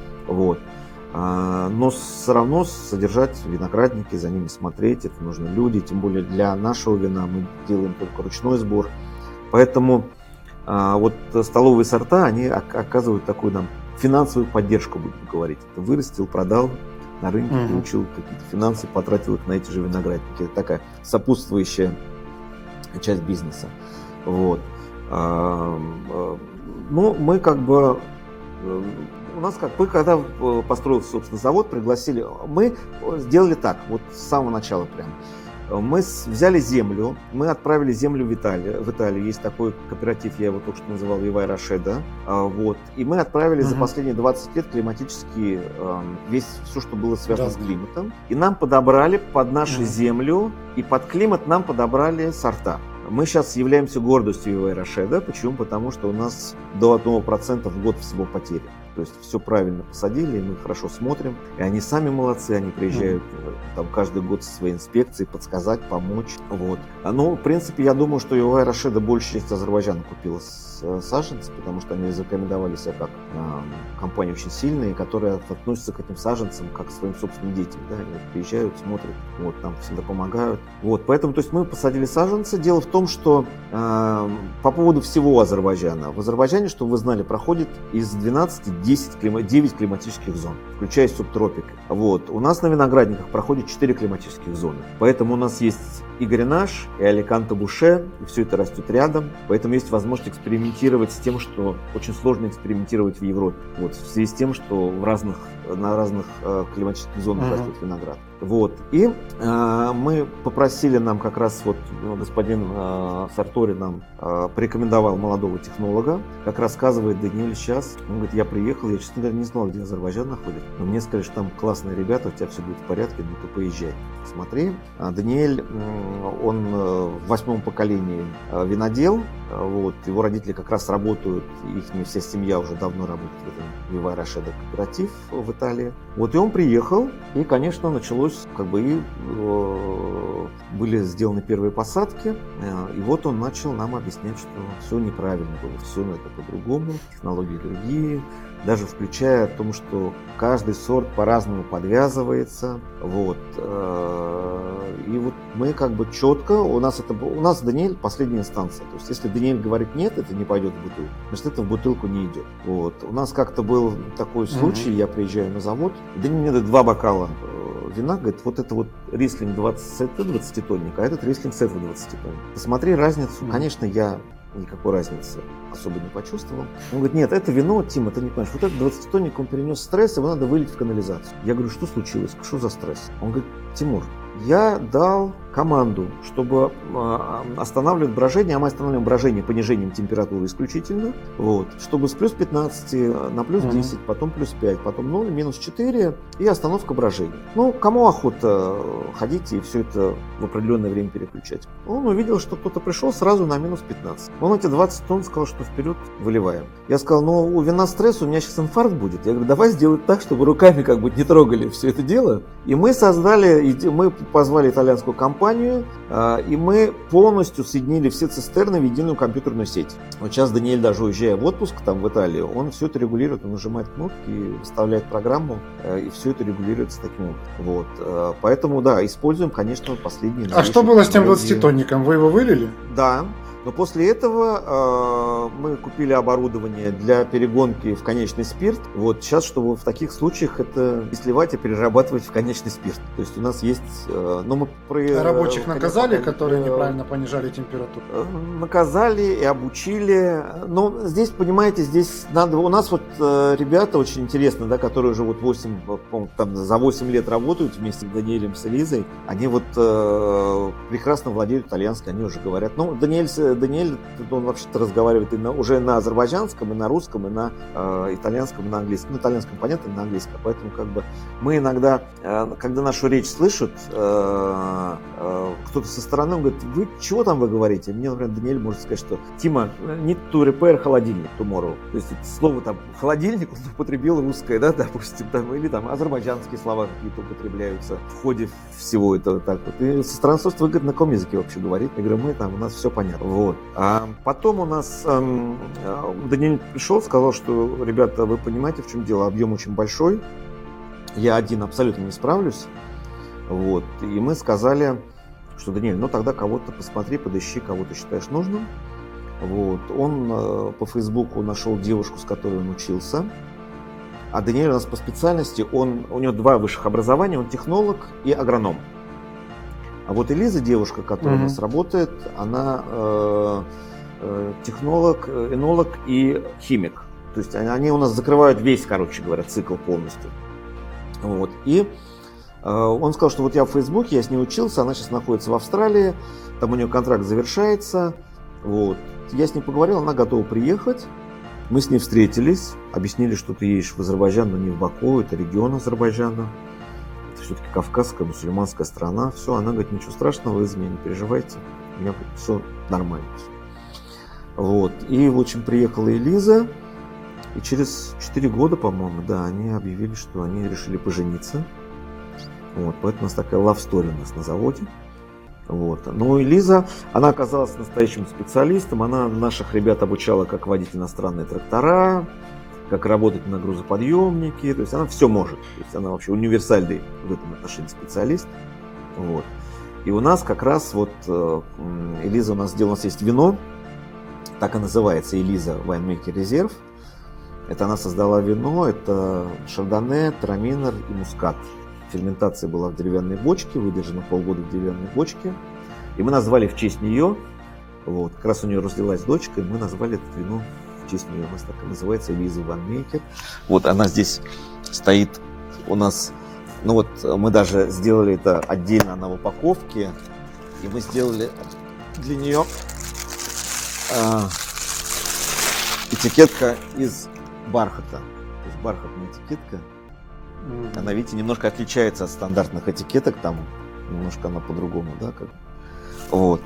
Но все равно содержать виноградники, за ними смотреть, это нужны люди, тем более для нашего вина мы делаем только ручной сбор. Поэтому столовые сорта, они оказывают такую нам финансовую поддержку, будем говорить. Это вырастил, продал на рынке, получил какие-то финансы, потратил их на эти же виноградники. Это такая сопутствующая часть бизнеса. Мы у нас когда построился, собственно, завод, пригласили, мы сделали так, с самого начала прямо. Мы взяли землю, мы отправили землю в Италию. В Италии есть такой кооператив, я его только что называл, Вивай Рашеда. И мы отправили за последние 20 лет климатически все, что было связано с климатом. И нам подобрали под нашу землю, и под климат нам подобрали сорта. Мы сейчас являемся гордостью Вивай Рашеда. Почему? Потому что у нас до 1% в год всего потери. То есть все правильно посадили, и мы хорошо смотрим. И они сами молодцы, они приезжают там каждый год со своей инспекцией подсказать, помочь. Вот. Ну, в принципе, я думаю, что Ювай Рашеда большая часть Азербайджана купила саженцы, потому что они зарекомендовали себя как компания очень сильная, которая относится к этим саженцам как к своим собственным детям. Да? Они приезжают, смотрят, вот, нам всегда помогают. Вот, поэтому то есть мы посадили саженцы. Дело в том, что по поводу всего Азербайджана. В Азербайджане, чтобы вы знали, проходит из 12 9 климатических зон, включая субтропик. Вот. У нас на виноградниках проходит 4 климатических зоны. Поэтому у нас есть и Гренаж, и Аликанте-Буше, и все это растет рядом. Поэтому есть возможность экспериментировать с тем, что очень сложно экспериментировать в Европе. Вот, в связи с тем, что на разных климатических зонах растет виноград. Вот. И мы попросили нам как раз, вот господин Сартори нам порекомендовал молодого технолога, как рассказывает Даниэль сейчас. Он говорит, я приехал, я, честно говоря, не знал, где Азербайджан находится. Но мне сказали, что там классные ребята, у тебя все будет в порядке, ну ты поезжай. Смотри, Даниэль, он в 8-м поколении винодел. Вот. Его родители как раз работают, их вся семья уже давно работает в этом Ювай Рашеда кооператив в Италии. Вот и он приехал, и, конечно, началось, были сделаны первые посадки, и вот он начал нам объяснять, что все неправильно было, все это по-другому, технологии другие, даже включая о том, что каждый сорт по-разному подвязывается. Вот. И вот мы четко, у нас Даниэль последняя инстанция. То есть если Даниэль говорит нет, это не пойдет в бутылку, значит это в бутылку не идет. Вот. У нас как-то был такой случай, я приезжаю на завод, Даниэль мне дает 2 бокала вина, говорит, вот это вот рислинг 20-тонник, а этот рислинг сетва 20-тонник. Посмотри разницу. Конечно, я никакой разницы особо не почувствовал. Он говорит, нет, это вино, Тима, ты не понимаешь, вот этот 20-тонник, он перенес стресс, его надо вылить в канализацию. Я говорю, что случилось, что за стресс? Он говорит, Тимур, я дал команду, чтобы останавливать брожение, а мы останавливаем брожение понижением температуры исключительно, вот, чтобы с плюс 15 на плюс 10, потом плюс 5, потом 0, минус 4 и остановка брожения. Ну, кому охота, ходите и все это в определенное время переключать. Он увидел, что кто-то пришел сразу на минус 15. Он эти 20 тонн сказал, что вперед выливаем. Я сказал, у вина стресс, у меня сейчас инфаркт будет. Я говорю, давай сделать так, чтобы руками не трогали все это дело. И мы мы позвали итальянскую компанию, и мы полностью соединили все цистерны в единую компьютерную сеть. Вот сейчас Даниэль, даже уезжая в отпуск там в Италию, он все это регулирует, он нажимает кнопки, выставляет программу, и все это регулируется таким образом. Вот. Поэтому, да, используем, конечно, последние... А что было с тем 20-тонником? Вы его вылили? Да. Но после этого мы купили оборудование для перегонки в конечный спирт. Вот сейчас, чтобы в таких случаях это и сливать, и перерабатывать в конечный спирт. То есть у нас есть... Рабочих наказали, которые неправильно понижали температуру? Наказали и обучили. Но здесь, понимаете, здесь надо... У нас вот ребята очень интересные, да, которые уже вот за 8 лет работают вместе с Даниэлем, с Элизой. Они вот прекрасно владеют итальянским, они уже говорят. Даниэль, он вообще-то разговаривает уже на азербайджанском, и на русском, и на итальянском, и на английском. На итальянском, понятно, и на английском. Поэтому мы иногда, когда нашу речь слышат, кто-то со стороны, он говорит, вы чего там вы говорите? Мне, например, Даниэль может сказать, что Тима, need to repair холодильник tomorrow. То есть слово там холодильник он употребил русское, да, допустим, или там азербайджанские слова какие-то употребляются в ходе всего этого. Так вот. И со стороны, собственно, говорит, на каком языке вообще говорит? Я говорю, у нас все понятно. Вот. А потом у нас Даниэль пришел, сказал, что, ребята, вы понимаете, в чем дело, объем очень большой, я один абсолютно не справлюсь. Вот. И мы сказали, что, Даниэль, тогда кого-то посмотри, подыщи, кого ты считаешь нужным. Вот. Он по Фейсбуку нашел девушку, с которой он учился. А Даниэль у нас по специальности, у него 2 высших образования, он технолог и агроном. А вот Элиза, девушка, которая у нас работает, она технолог, энолог и химик. То есть они у нас закрывают весь, цикл полностью. Вот. И он сказал, что вот я в Фейсбуке, я с ней учился, она сейчас находится в Австралии, там у нее контракт завершается. Вот. Я с ней поговорил, она готова приехать. Мы с ней встретились, объяснили, что ты едешь в Азербайджан, но не в Баку, это регион Азербайджана. Все-таки кавказская, мусульманская страна. Все, она говорит, ничего страшного, вы за меня не переживайте. У меня все нормально. Вот. И, в общем, приехала Элиза. И через 4 года, по-моему, да, они объявили, что они решили пожениться. Вот, поэтому у нас такая love story у нас на заводе. Вот. Ну и Лиза, она оказалась настоящим специалистом. Она наших ребят обучала, как водить иностранные трактора, как работать на грузоподъемнике. То есть она все может. То есть она вообще универсальный в этом отношении специалист. Вот. И у нас как раз вот Элиза у нас есть вино, так и называется Элиза Winemaker Reserve. Это она создала вино, это шардоне, траминер и мускат. Ферментация была в деревянной бочке, выдержана полгода в деревянной бочке. И мы назвали в честь нее, вот, как раз у нее родилась дочка, и мы назвали это вино в честь нее. У нас так и называется Элиза Winemaker. Вот она здесь стоит у нас. Ну вот мы даже сделали это отдельно на упаковке. И мы сделали для нее этикетка из бархата. То есть бархатная этикетка. Она, видите, немножко отличается от стандартных этикеток, там немножко она по-другому, да, как. Вот.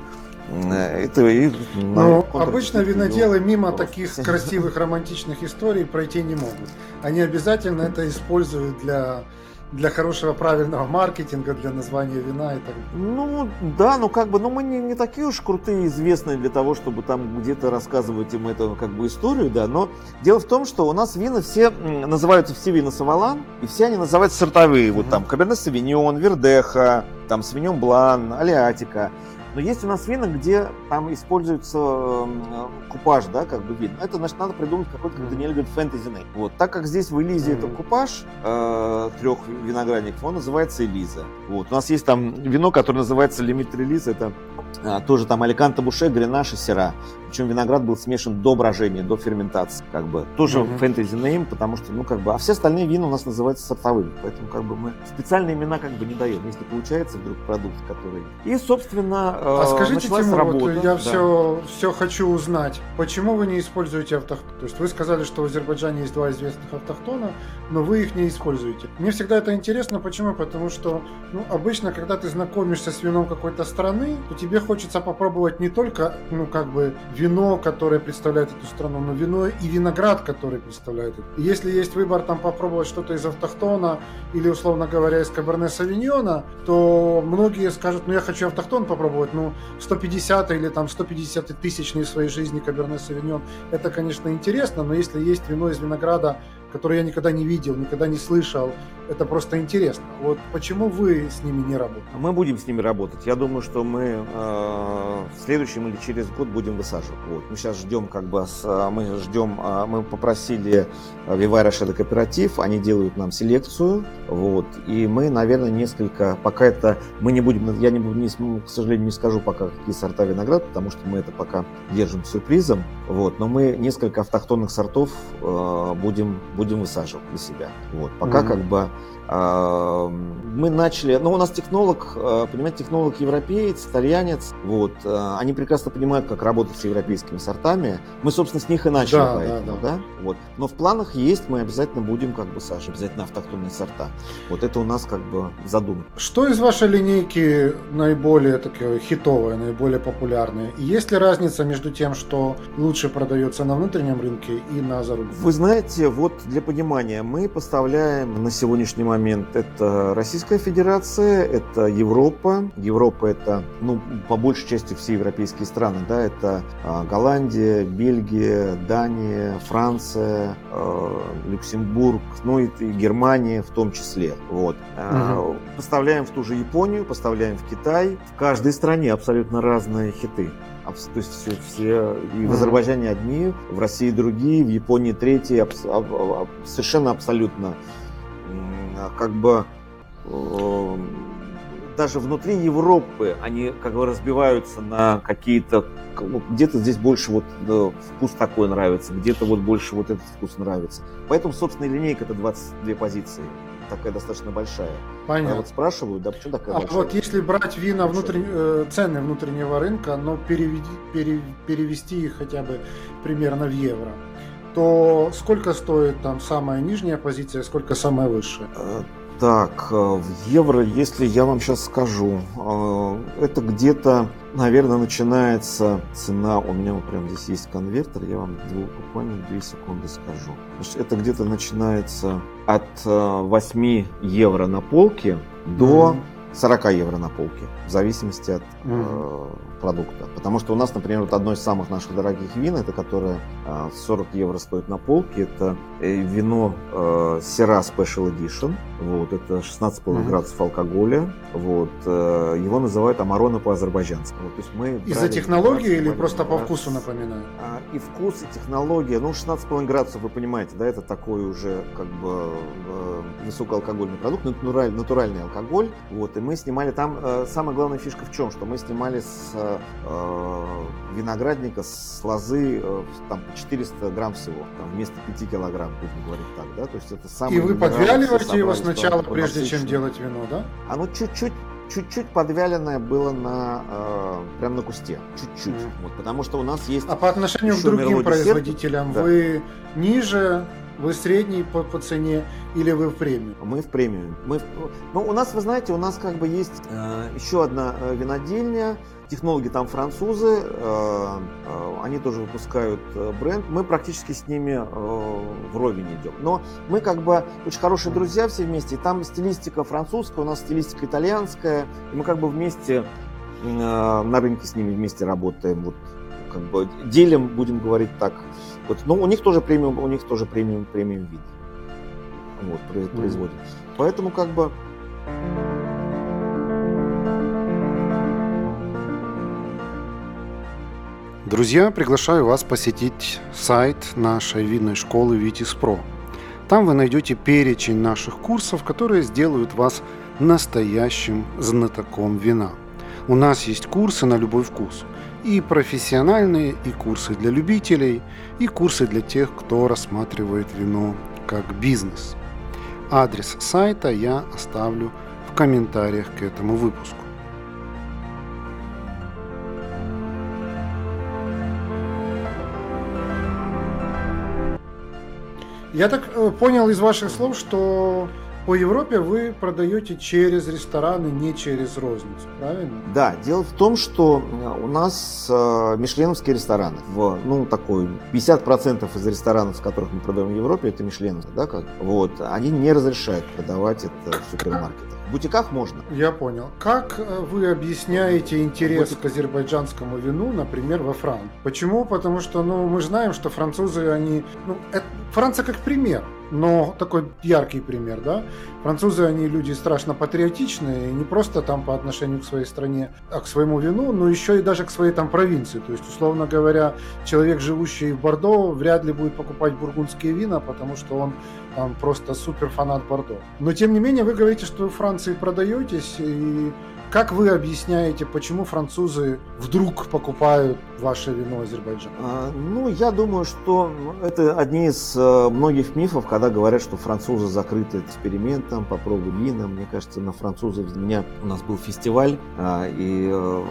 Это и обычно виноделы мимо таких красивых романтичных историй пройти не могут. Они обязательно это используют для хорошего, правильного маркетинга, для названия вина и так далее. Ну, да, мы не такие уж крутые, известные для того, чтобы там где-то рассказывать им эту историю, да, но дело в том, что у нас вина называются все вина Савалан, и все они называются сортовые, вот там Каберне Савиньон, Вердеха, там Савиньон Блан, Алиатика. Но есть у нас вина, где там используется купаж, да, вин. Это, значит, надо придумать какой-то, как Даниэль говорит, фэнтези-нейм. Вот. Так как здесь в Элизе это купаж 3 виноградников, он называется Элиза. Вот. У нас есть там вино, которое называется Лимит Релиз, это тоже там Аликанте Буше, Гренаж и Сера. Причем виноград был смешан до брожения, до ферментации, Тоже фэнтези-нейм, потому что, а все остальные вина у нас называются сортовыми. Поэтому, мы специальные имена не даем, если получается вдруг продукт, который... И, собственно, а скажите, Тимур, работа, я все хочу узнать, почему вы не используете автохтон? То есть вы сказали, что в Азербайджане есть 2 известных автохтона, но вы их не используете. Мне всегда это интересно, почему? Потому что, обычно, когда ты знакомишься с вином какой-то страны, то тебе хочется попробовать не только, вино, которое представляет эту страну, но вино и виноград, который представляет это. И если есть выбор там попробовать что-то из автохтона или, условно говоря, из Каберне Савиньона, то многие скажут, я хочу автохтон попробовать, 150 или там 150 тысячный в своей жизни Каберне Савиньон, это, конечно, интересно, но если есть вино из винограда, которое я никогда не видел, никогда не слышал, это просто интересно. Вот почему вы с ними не работаете? Мы будем с ними работать. Я думаю, что мы в следующем или через год будем высаживать. Вот. Мы сейчас ждем, мы попросили Вивай Рашеда Кооператив, они делают нам селекцию, вот, и мы, наверное, пока это, мы не будем, к сожалению, не скажу пока, какие сорта винограда, потому что мы это пока держим сюрпризом, вот, но мы несколько автохтонных сортов будем высаживать для себя. Вот. Пока мы начали, у нас технолог европеец, итальянец, вот, они прекрасно понимают, как работать с европейскими сортами. Мы, собственно, с них и начали, да. Вот. Но в планах есть, мы обязательно будем сажать, обязательно автохтонные сорта. Вот это у нас задумано. Что из вашей линейки наиболее хитовое, наиболее популярное? И есть ли разница между тем, что лучше продается на внутреннем рынке и на зарубежном? Вы знаете, вот для понимания, мы поставляем на сегодняшний момент это Российская Федерация, это Европа. Европа это, по большей части все европейские страны, да, это Голландия, Бельгия, Дания, Франция, Люксембург, и Германия в том числе. Вот. Поставляем в ту же Японию, поставляем в Китай. В каждой стране абсолютно разные хиты. То есть все и в Азербайджане одни, в России другие, в Японии третьи, совершенно абсолютно даже внутри Европы они разбиваются на какие-то, где-то здесь больше вкус такой нравится, где-то больше этот вкус нравится. Поэтому, собственно, линейка это 22 позиции. Такая достаточно большая. Понятно. Вот спрашивают, почему такая большая? Вот если брать вина цены внутреннего рынка, но перевести их хотя бы примерно в евро, то сколько стоит там самая нижняя позиция, сколько самая высшая? Так, в евро, если я вам сейчас скажу, это где-то наверное, начинается цена, у меня вот прямо здесь есть конвертер, я вам буквально 2 секунды скажу. Значит, это где-то начинается от 8 евро на полке до 40 евро на полке, в зависимости от продукта. Потому что у нас, например, вот одно из самых наших дорогих вин, это которое 40 евро стоит на полке, это вино Syrah Special Edition. Вот, это 16,5 градусов алкоголя. Вот, его называют Амарона по-азербайджански. Вот, то есть мы из-за технологии или просто по вкусу напоминаю? И вкус, и технология. Ну, 16,5 градусов, вы понимаете, да, это такой уже как бы высокоалкогольный продукт, натуральный алкоголь. Вот, и мы снимали там, самая главная фишка в чем, что мы снимали с виноградника, с лозы там, по 400 грамм всего, там, вместо 5 килограмм, будем говорить так, да, то есть это самое. И вы подвяливаете его сначала, прежде чем делать вино, да? Оно чуть-чуть подвяленное было прям на кусте, чуть-чуть, вот, потому что у нас есть. А по отношению к другим производителям, да, вы ниже? Вы средний по цене или вы в премиум? Мы в премиум. Ну, у нас, вы знаете, у нас как бы есть еще одна винодельня. Технологи там французы, они тоже выпускают бренд. Мы практически с ними вровень идем. Но мы как бы очень хорошие друзья все вместе. И там стилистика французская, у нас стилистика итальянская. И мы как бы вместе на рынке с ними вместе работаем. Вот, как бы делим, будем говорить так. Вот, ну, у них тоже премиум вид. Вот, производят. Поэтому как бы. Друзья, приглашаю вас посетить сайт нашей винной школы Vitis.Pro. Там вы найдете перечень наших курсов, которые сделают вас настоящим знатоком вина. У нас есть курсы на любой вкус. И профессиональные, и курсы для любителей, и курсы для тех, кто рассматривает вино как бизнес. Адрес сайта я оставлю в комментариях к этому выпуску. Я так понял из ваших слов, что по Европе вы продаете через рестораны, не через розницу, правильно? Да, дело в том, что у нас мишленовские рестораны. Ну, такой 50% из ресторанов, с которых мы продаем в Европе, это мишленовские, да, как? Вот, они не разрешают продавать это в супермаркетах. В бутиках можно. Я понял. Как вы объясняете интерес к азербайджанскому вину, например, во Франции? Почему? Потому что, мы знаем, что французы, Франция как пример, но такой яркий пример, да? Французы, они люди страшно патриотичные, не просто там по отношению к своей стране, а к своему вину, но еще и даже к своей там провинции. То есть, условно говоря, человек, живущий в Бордо, вряд ли будет покупать бургундские вина, потому что он там просто супер фанат Бордо. Но, тем не менее, вы говорите, что вы в Франции продаетесь, и как вы объясняете, почему французы вдруг покупают ваше вино Азербайджана? Я думаю, что это одни из многих мифов, когда говорят, что французы закрыты экспериментом, попробуй вина. Мне кажется, на французов у нас был фестиваль, и,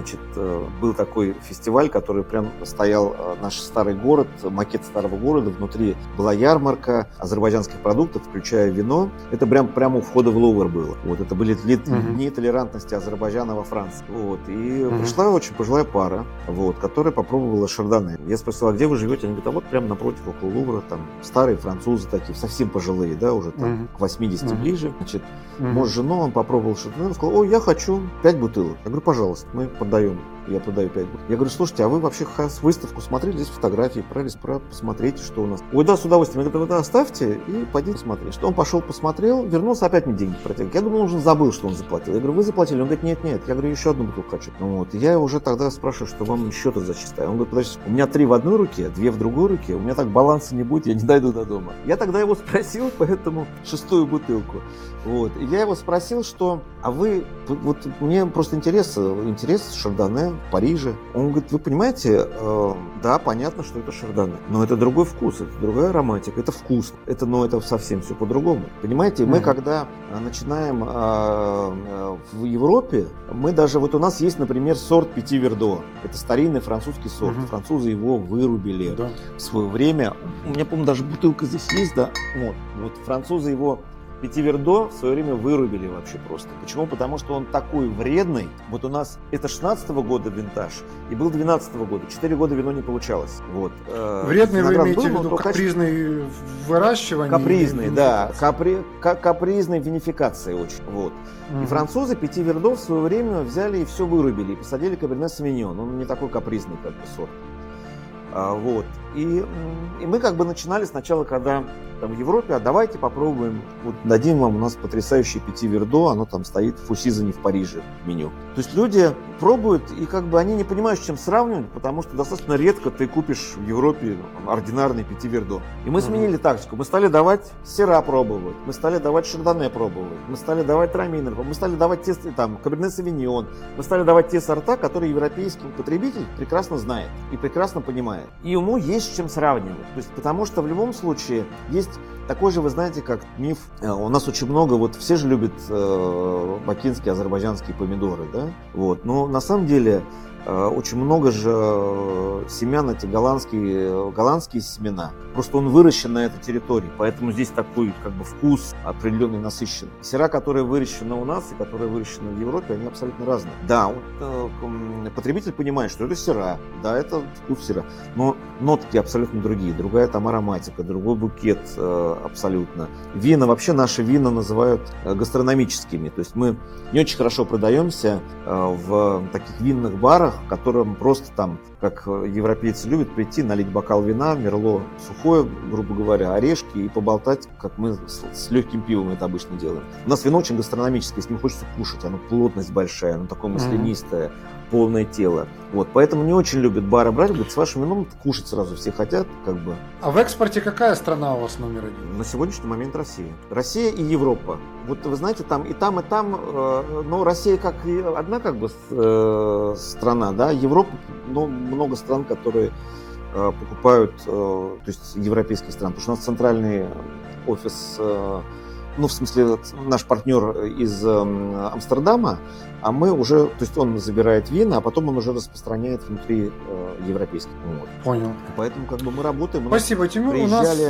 был такой фестиваль, который прям стоял наш старый город, макет старого города, внутри была ярмарка азербайджанских продуктов, включая вино. Это прямо у входа в Лувр было. Вот, это были дни толерантности Азербайджана во Франции. Вот, и пришла очень пожилая пара, вот, которая попробовала шардоне. Я спросил, а где вы живете? Они говорят, а вот прямо напротив, около Лувра, там старые французы такие, совсем пожилые, да, уже там к 80 ближе. Значит, муж с женой, он попробовал шардоне, он сказал, я хочу 5 бутылок. Я говорю, пожалуйста, мы продаем. Я продаю 5 бутылок. Я говорю, слушайте, а вы вообще выставку смотрели? Здесь фотографии, посмотрите, что у нас. Ой, да, с удовольствием. Я говорю, вы оставьте и пойдите смотреть. Что он пошел, посмотрел, вернулся, опять мне деньги протягивает. Я думал, он уже забыл, что он заплатил. Я говорю, вы заплатили? Он говорит, нет. Я говорю, еще одну бутылку хочу. Вот. И я уже тогда спрашиваю, что вам счет зачистаю. Он говорит, подождите, у меня 3 в одной руке, 2 в другой руке, у меня так баланса не будет, я не дойду до дома. Я тогда его спросил, поэтому 6-ю бутылку. Вот. И я его спросил, что, а вы, вот мне просто интерес шардоне в Париже. Он говорит, вы понимаете, да, понятно, что это шардоне, но это другой вкус, это другая ароматика, это вкусно, это совсем все по-другому. Понимаете, мы когда начинаем в Европе, мы даже, вот у нас есть, например, сорт Пяти Вердо, это старинный французский сорт, французы его вырубили в свое время, у меня, по-моему, даже бутылка здесь есть, да, вот французы его Пятивердо в свое время вырубили вообще просто. Почему? Потому что он такой вредный. Вот у нас это 16-го года винтаж и был 12-го года. 4 года вино не получалось. Вот. Вредный вы имеете в виду капризный в выращивании? Капризный, да. Капризной винификации очень. Вот. И французы пятивердо в свое время взяли и все вырубили. И посадили каберне савиньон. Он не такой капризный, как бы, сорт. Вот. И мы как бы начинали сначала, когда там в Европе, давайте попробуем, вот дадим вам, у нас потрясающее пятивердо, оно там стоит в Фусизоне в Париже в меню. То есть люди пробуют, и как бы они не понимают, с чем сравнивать, потому что достаточно редко ты купишь в Европе ординарный пятивердо. И мы сменили тактику, мы стали давать сыра пробовать, мы стали давать шардоне пробовать, мы стали давать траминер, мы стали давать там каберне савиньон, мы стали давать те сорта, которые европейский потребитель прекрасно знает и прекрасно понимает. И ему есть с чем сравнивать. То есть, потому что в любом случае есть такой же, вы знаете, как миф. У нас очень много, вот все же любят бакинские, азербайджанские помидоры, да? Вот. Но на самом деле очень много же семян, эти голландские семена. Просто он выращен на этой территории, поэтому здесь такой как бы вкус определенный насыщенный. Сыра, которая выращена у нас и которая выращена в Европе, они абсолютно разные. Да, потребитель понимает, что это сыра, да, это вкус сыра, но нотки абсолютно другие, другая там ароматика, другой букет абсолютно. Вина, вообще наши вина называют гастрономическими, то есть мы не очень хорошо продаемся в таких винных барах, в котором просто там, как европейцы любят, прийти, налить бокал вина, мерло сухое, грубо говоря, орешки и поболтать, как мы с легким пивом это обычно делаем. У нас вино очень гастрономическое, с ним хочется кушать, оно плотность большая, оно такое маслянистое, полное тело. Вот, поэтому не очень любят бары брать, говорят, с вашим вином кушать сразу все хотят, как бы. А в экспорте какая страна у вас номер один? На сегодняшний момент Россия. Россия и Европа. Вот вы знаете, там, но Россия как одна как бы страна, да, Европа, но много стран, которые покупают, то есть европейских стран, потому что у нас центральный офис, ну, в смысле, наш партнер из Амстердама, а мы уже, то есть он забирает вина, а потом он уже распространяет внутри европейских. Вот. Понял. Поэтому как бы мы работаем. Спасибо, Тимур. Приезжали...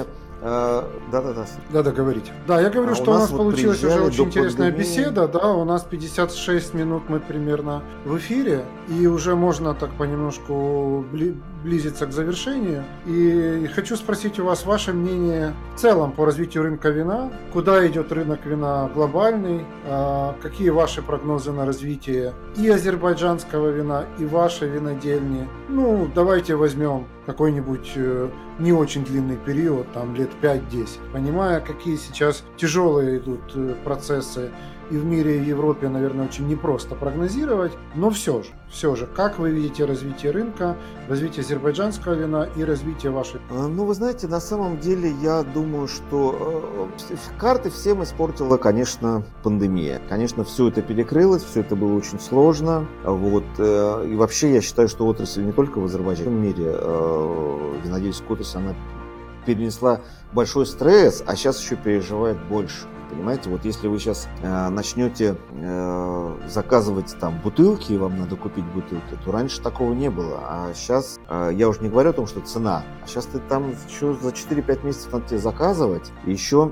Да, говорите. Да, я говорю, что у нас вот получилась уже очень интересная беседа, да, у нас 56 минут мы примерно в эфире, и уже можно так понемножку близиться к завершению. И хочу спросить у вас ваше мнение в целом по развитию рынка вина, куда идет рынок вина глобальный, какие ваши прогнозы на развитие и азербайджанского вина, и вашей винодельни. Ну, давайте возьмем какой-нибудь не очень длинный период, там лет 5-10, понимая, какие сейчас тяжелые идут процессы и в мире, и в Европе, наверное, очень непросто прогнозировать, но все же, как вы видите развитие рынка, развитие азербайджанского вина и развитие вашей? Ну, вы знаете, на самом деле, я думаю, что карты всем испортила, конечно, пандемия. Конечно, все это перекрылось, все это было очень сложно. Вот. И вообще, я считаю, что отрасль не только в Азербайджане, в мире, винодельская отрасль, она перенесла большой стресс, а сейчас еще переживает больше. Понимаете, вот если вы сейчас начнете заказывать там бутылки, и вам надо купить бутылки, то раньше такого не было. А сейчас, я уже не говорю о том, что цена, а сейчас ты там еще за 4-5 месяцев надо тебе заказывать, и еще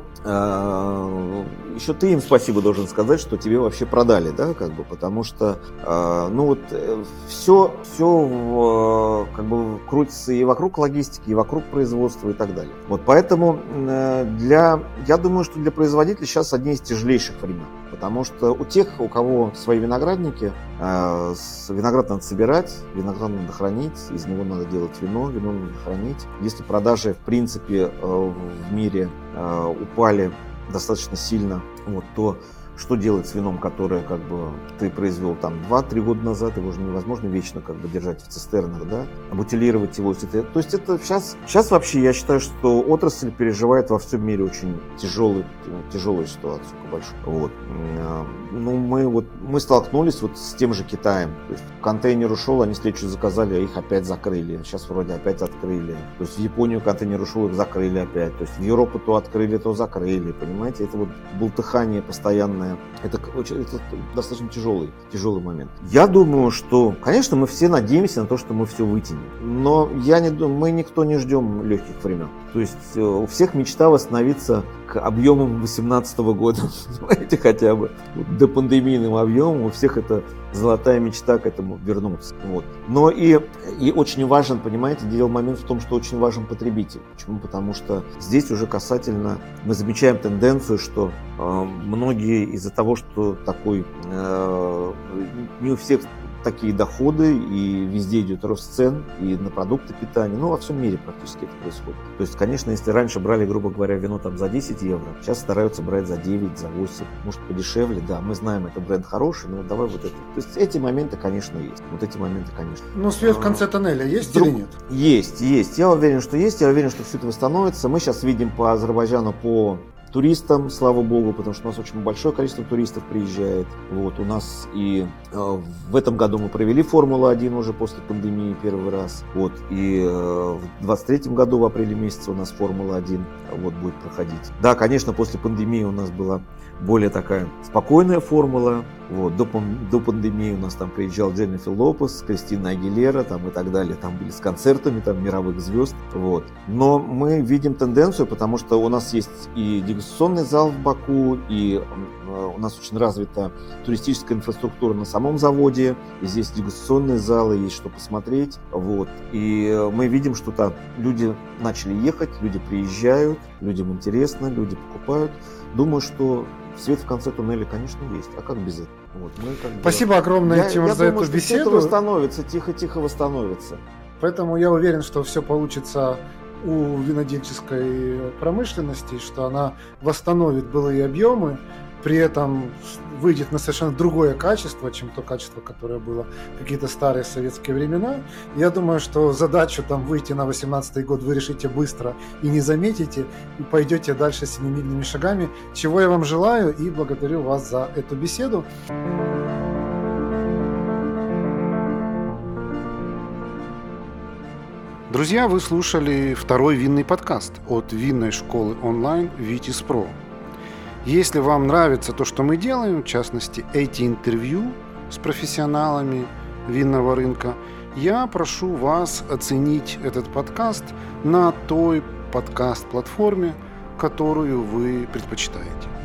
ты им спасибо должен сказать, что тебе вообще продали, да, как бы, потому что, ну вот, все как бы крутится и вокруг логистики, и вокруг производства и так далее. Вот поэтому я думаю, что для производителей сейчас одни из тяжелейших времен, потому что у тех, у кого свои виноградники, виноград надо собирать, виноград надо хранить, из него надо делать вино надо хранить. Если продажи, в принципе, в мире упали достаточно сильно, вот, то что делать с вином, которое как бы ты произвел там 2-3 года назад, его же невозможно вечно как бы держать в цистернах, да, бутилировать его. То есть это сейчас вообще я считаю, что отрасль переживает во всем мире очень тяжелую ситуацию, по большому. Вот. мы столкнулись вот с тем же Китаем. То есть контейнер ушел, они следующий заказали, а их опять закрыли. Сейчас вроде опять открыли. То есть в Японию контейнер ушел, их закрыли опять. То есть в Европу то открыли, то закрыли. Понимаете, это вот бултыхание постоянное. Это достаточно тяжелый момент. Я думаю, что, конечно, мы все надеемся на то, что мы все вытянем. Но мы никто не ждем легких времен. То есть у всех мечта восстановиться к объемам 2018 года, понимаете, хотя бы до пандемийным объемам, у всех это золотая мечта к этому вернуться. Вот. Но и очень важен, понимаете, момент в том, что очень важен потребитель. Почему? Потому что здесь уже касательно, мы замечаем тенденцию, что многие из-за того, что такой, не у всех такие доходы, и везде идет рост цен, и на продукты питания, во всем мире практически это происходит. То есть, конечно, если раньше брали, грубо говоря, вино там за 10 евро, сейчас стараются брать за 9, за 8, может подешевле, да, мы знаем, это бренд хороший, но давай вот это. То есть эти моменты, конечно, есть. Вот эти моменты, конечно. Но свет в конце тоннеля есть или нет? Есть. Я уверен, что есть, я уверен, что все это восстановится. Мы сейчас видим по Азербайджану, по туристам, слава богу, потому что у нас очень большое количество туристов приезжает. Вот, у нас и в этом году мы провели Формулу-1 уже после пандемии первый раз. Вот, и в 2023 году в апреле месяце у нас Формула-1 будет проходить. Да, конечно, после пандемии у нас была более такая спокойная формула. Вот, до пандемии у нас там приезжал Дженнифер Лопес, Кристина Агилера там, и так далее. Там были с концертами там, мировых звезд. Вот. Но мы видим тенденцию, потому что у нас есть и дегустационный зал в Баку, и у нас очень развита туристическая инфраструктура на самом заводе. И здесь дегустационные залы, есть что посмотреть. Вот. И мы видим, что там люди начали ехать, люди приезжают, людям интересно, люди покупают. Думаю, что свет в конце туннеля, конечно, есть. А как без этого? Вот, Спасибо огромное, Тимур, за эту беседу. Это восстановится, тихо-тихо восстановится. Поэтому я уверен, что все получится у винодельческой промышленности, что она восстановит былые объемы, при этом выйдет на совершенно другое качество, чем то качество, которое было в какие-то старые советские времена. Я думаю, что задачу там выйти на 2018 год вы решите быстро и не заметите, и пойдете дальше семимильными шагами, чего я вам желаю, и благодарю вас за эту беседу. Друзья, вы слушали второй винный подкаст от винной школы онлайн Vitis Pro. Если вам нравится то, что мы делаем, в частности, эти интервью с профессионалами винного рынка, я прошу вас оценить этот подкаст на той подкаст-платформе, которую вы предпочитаете.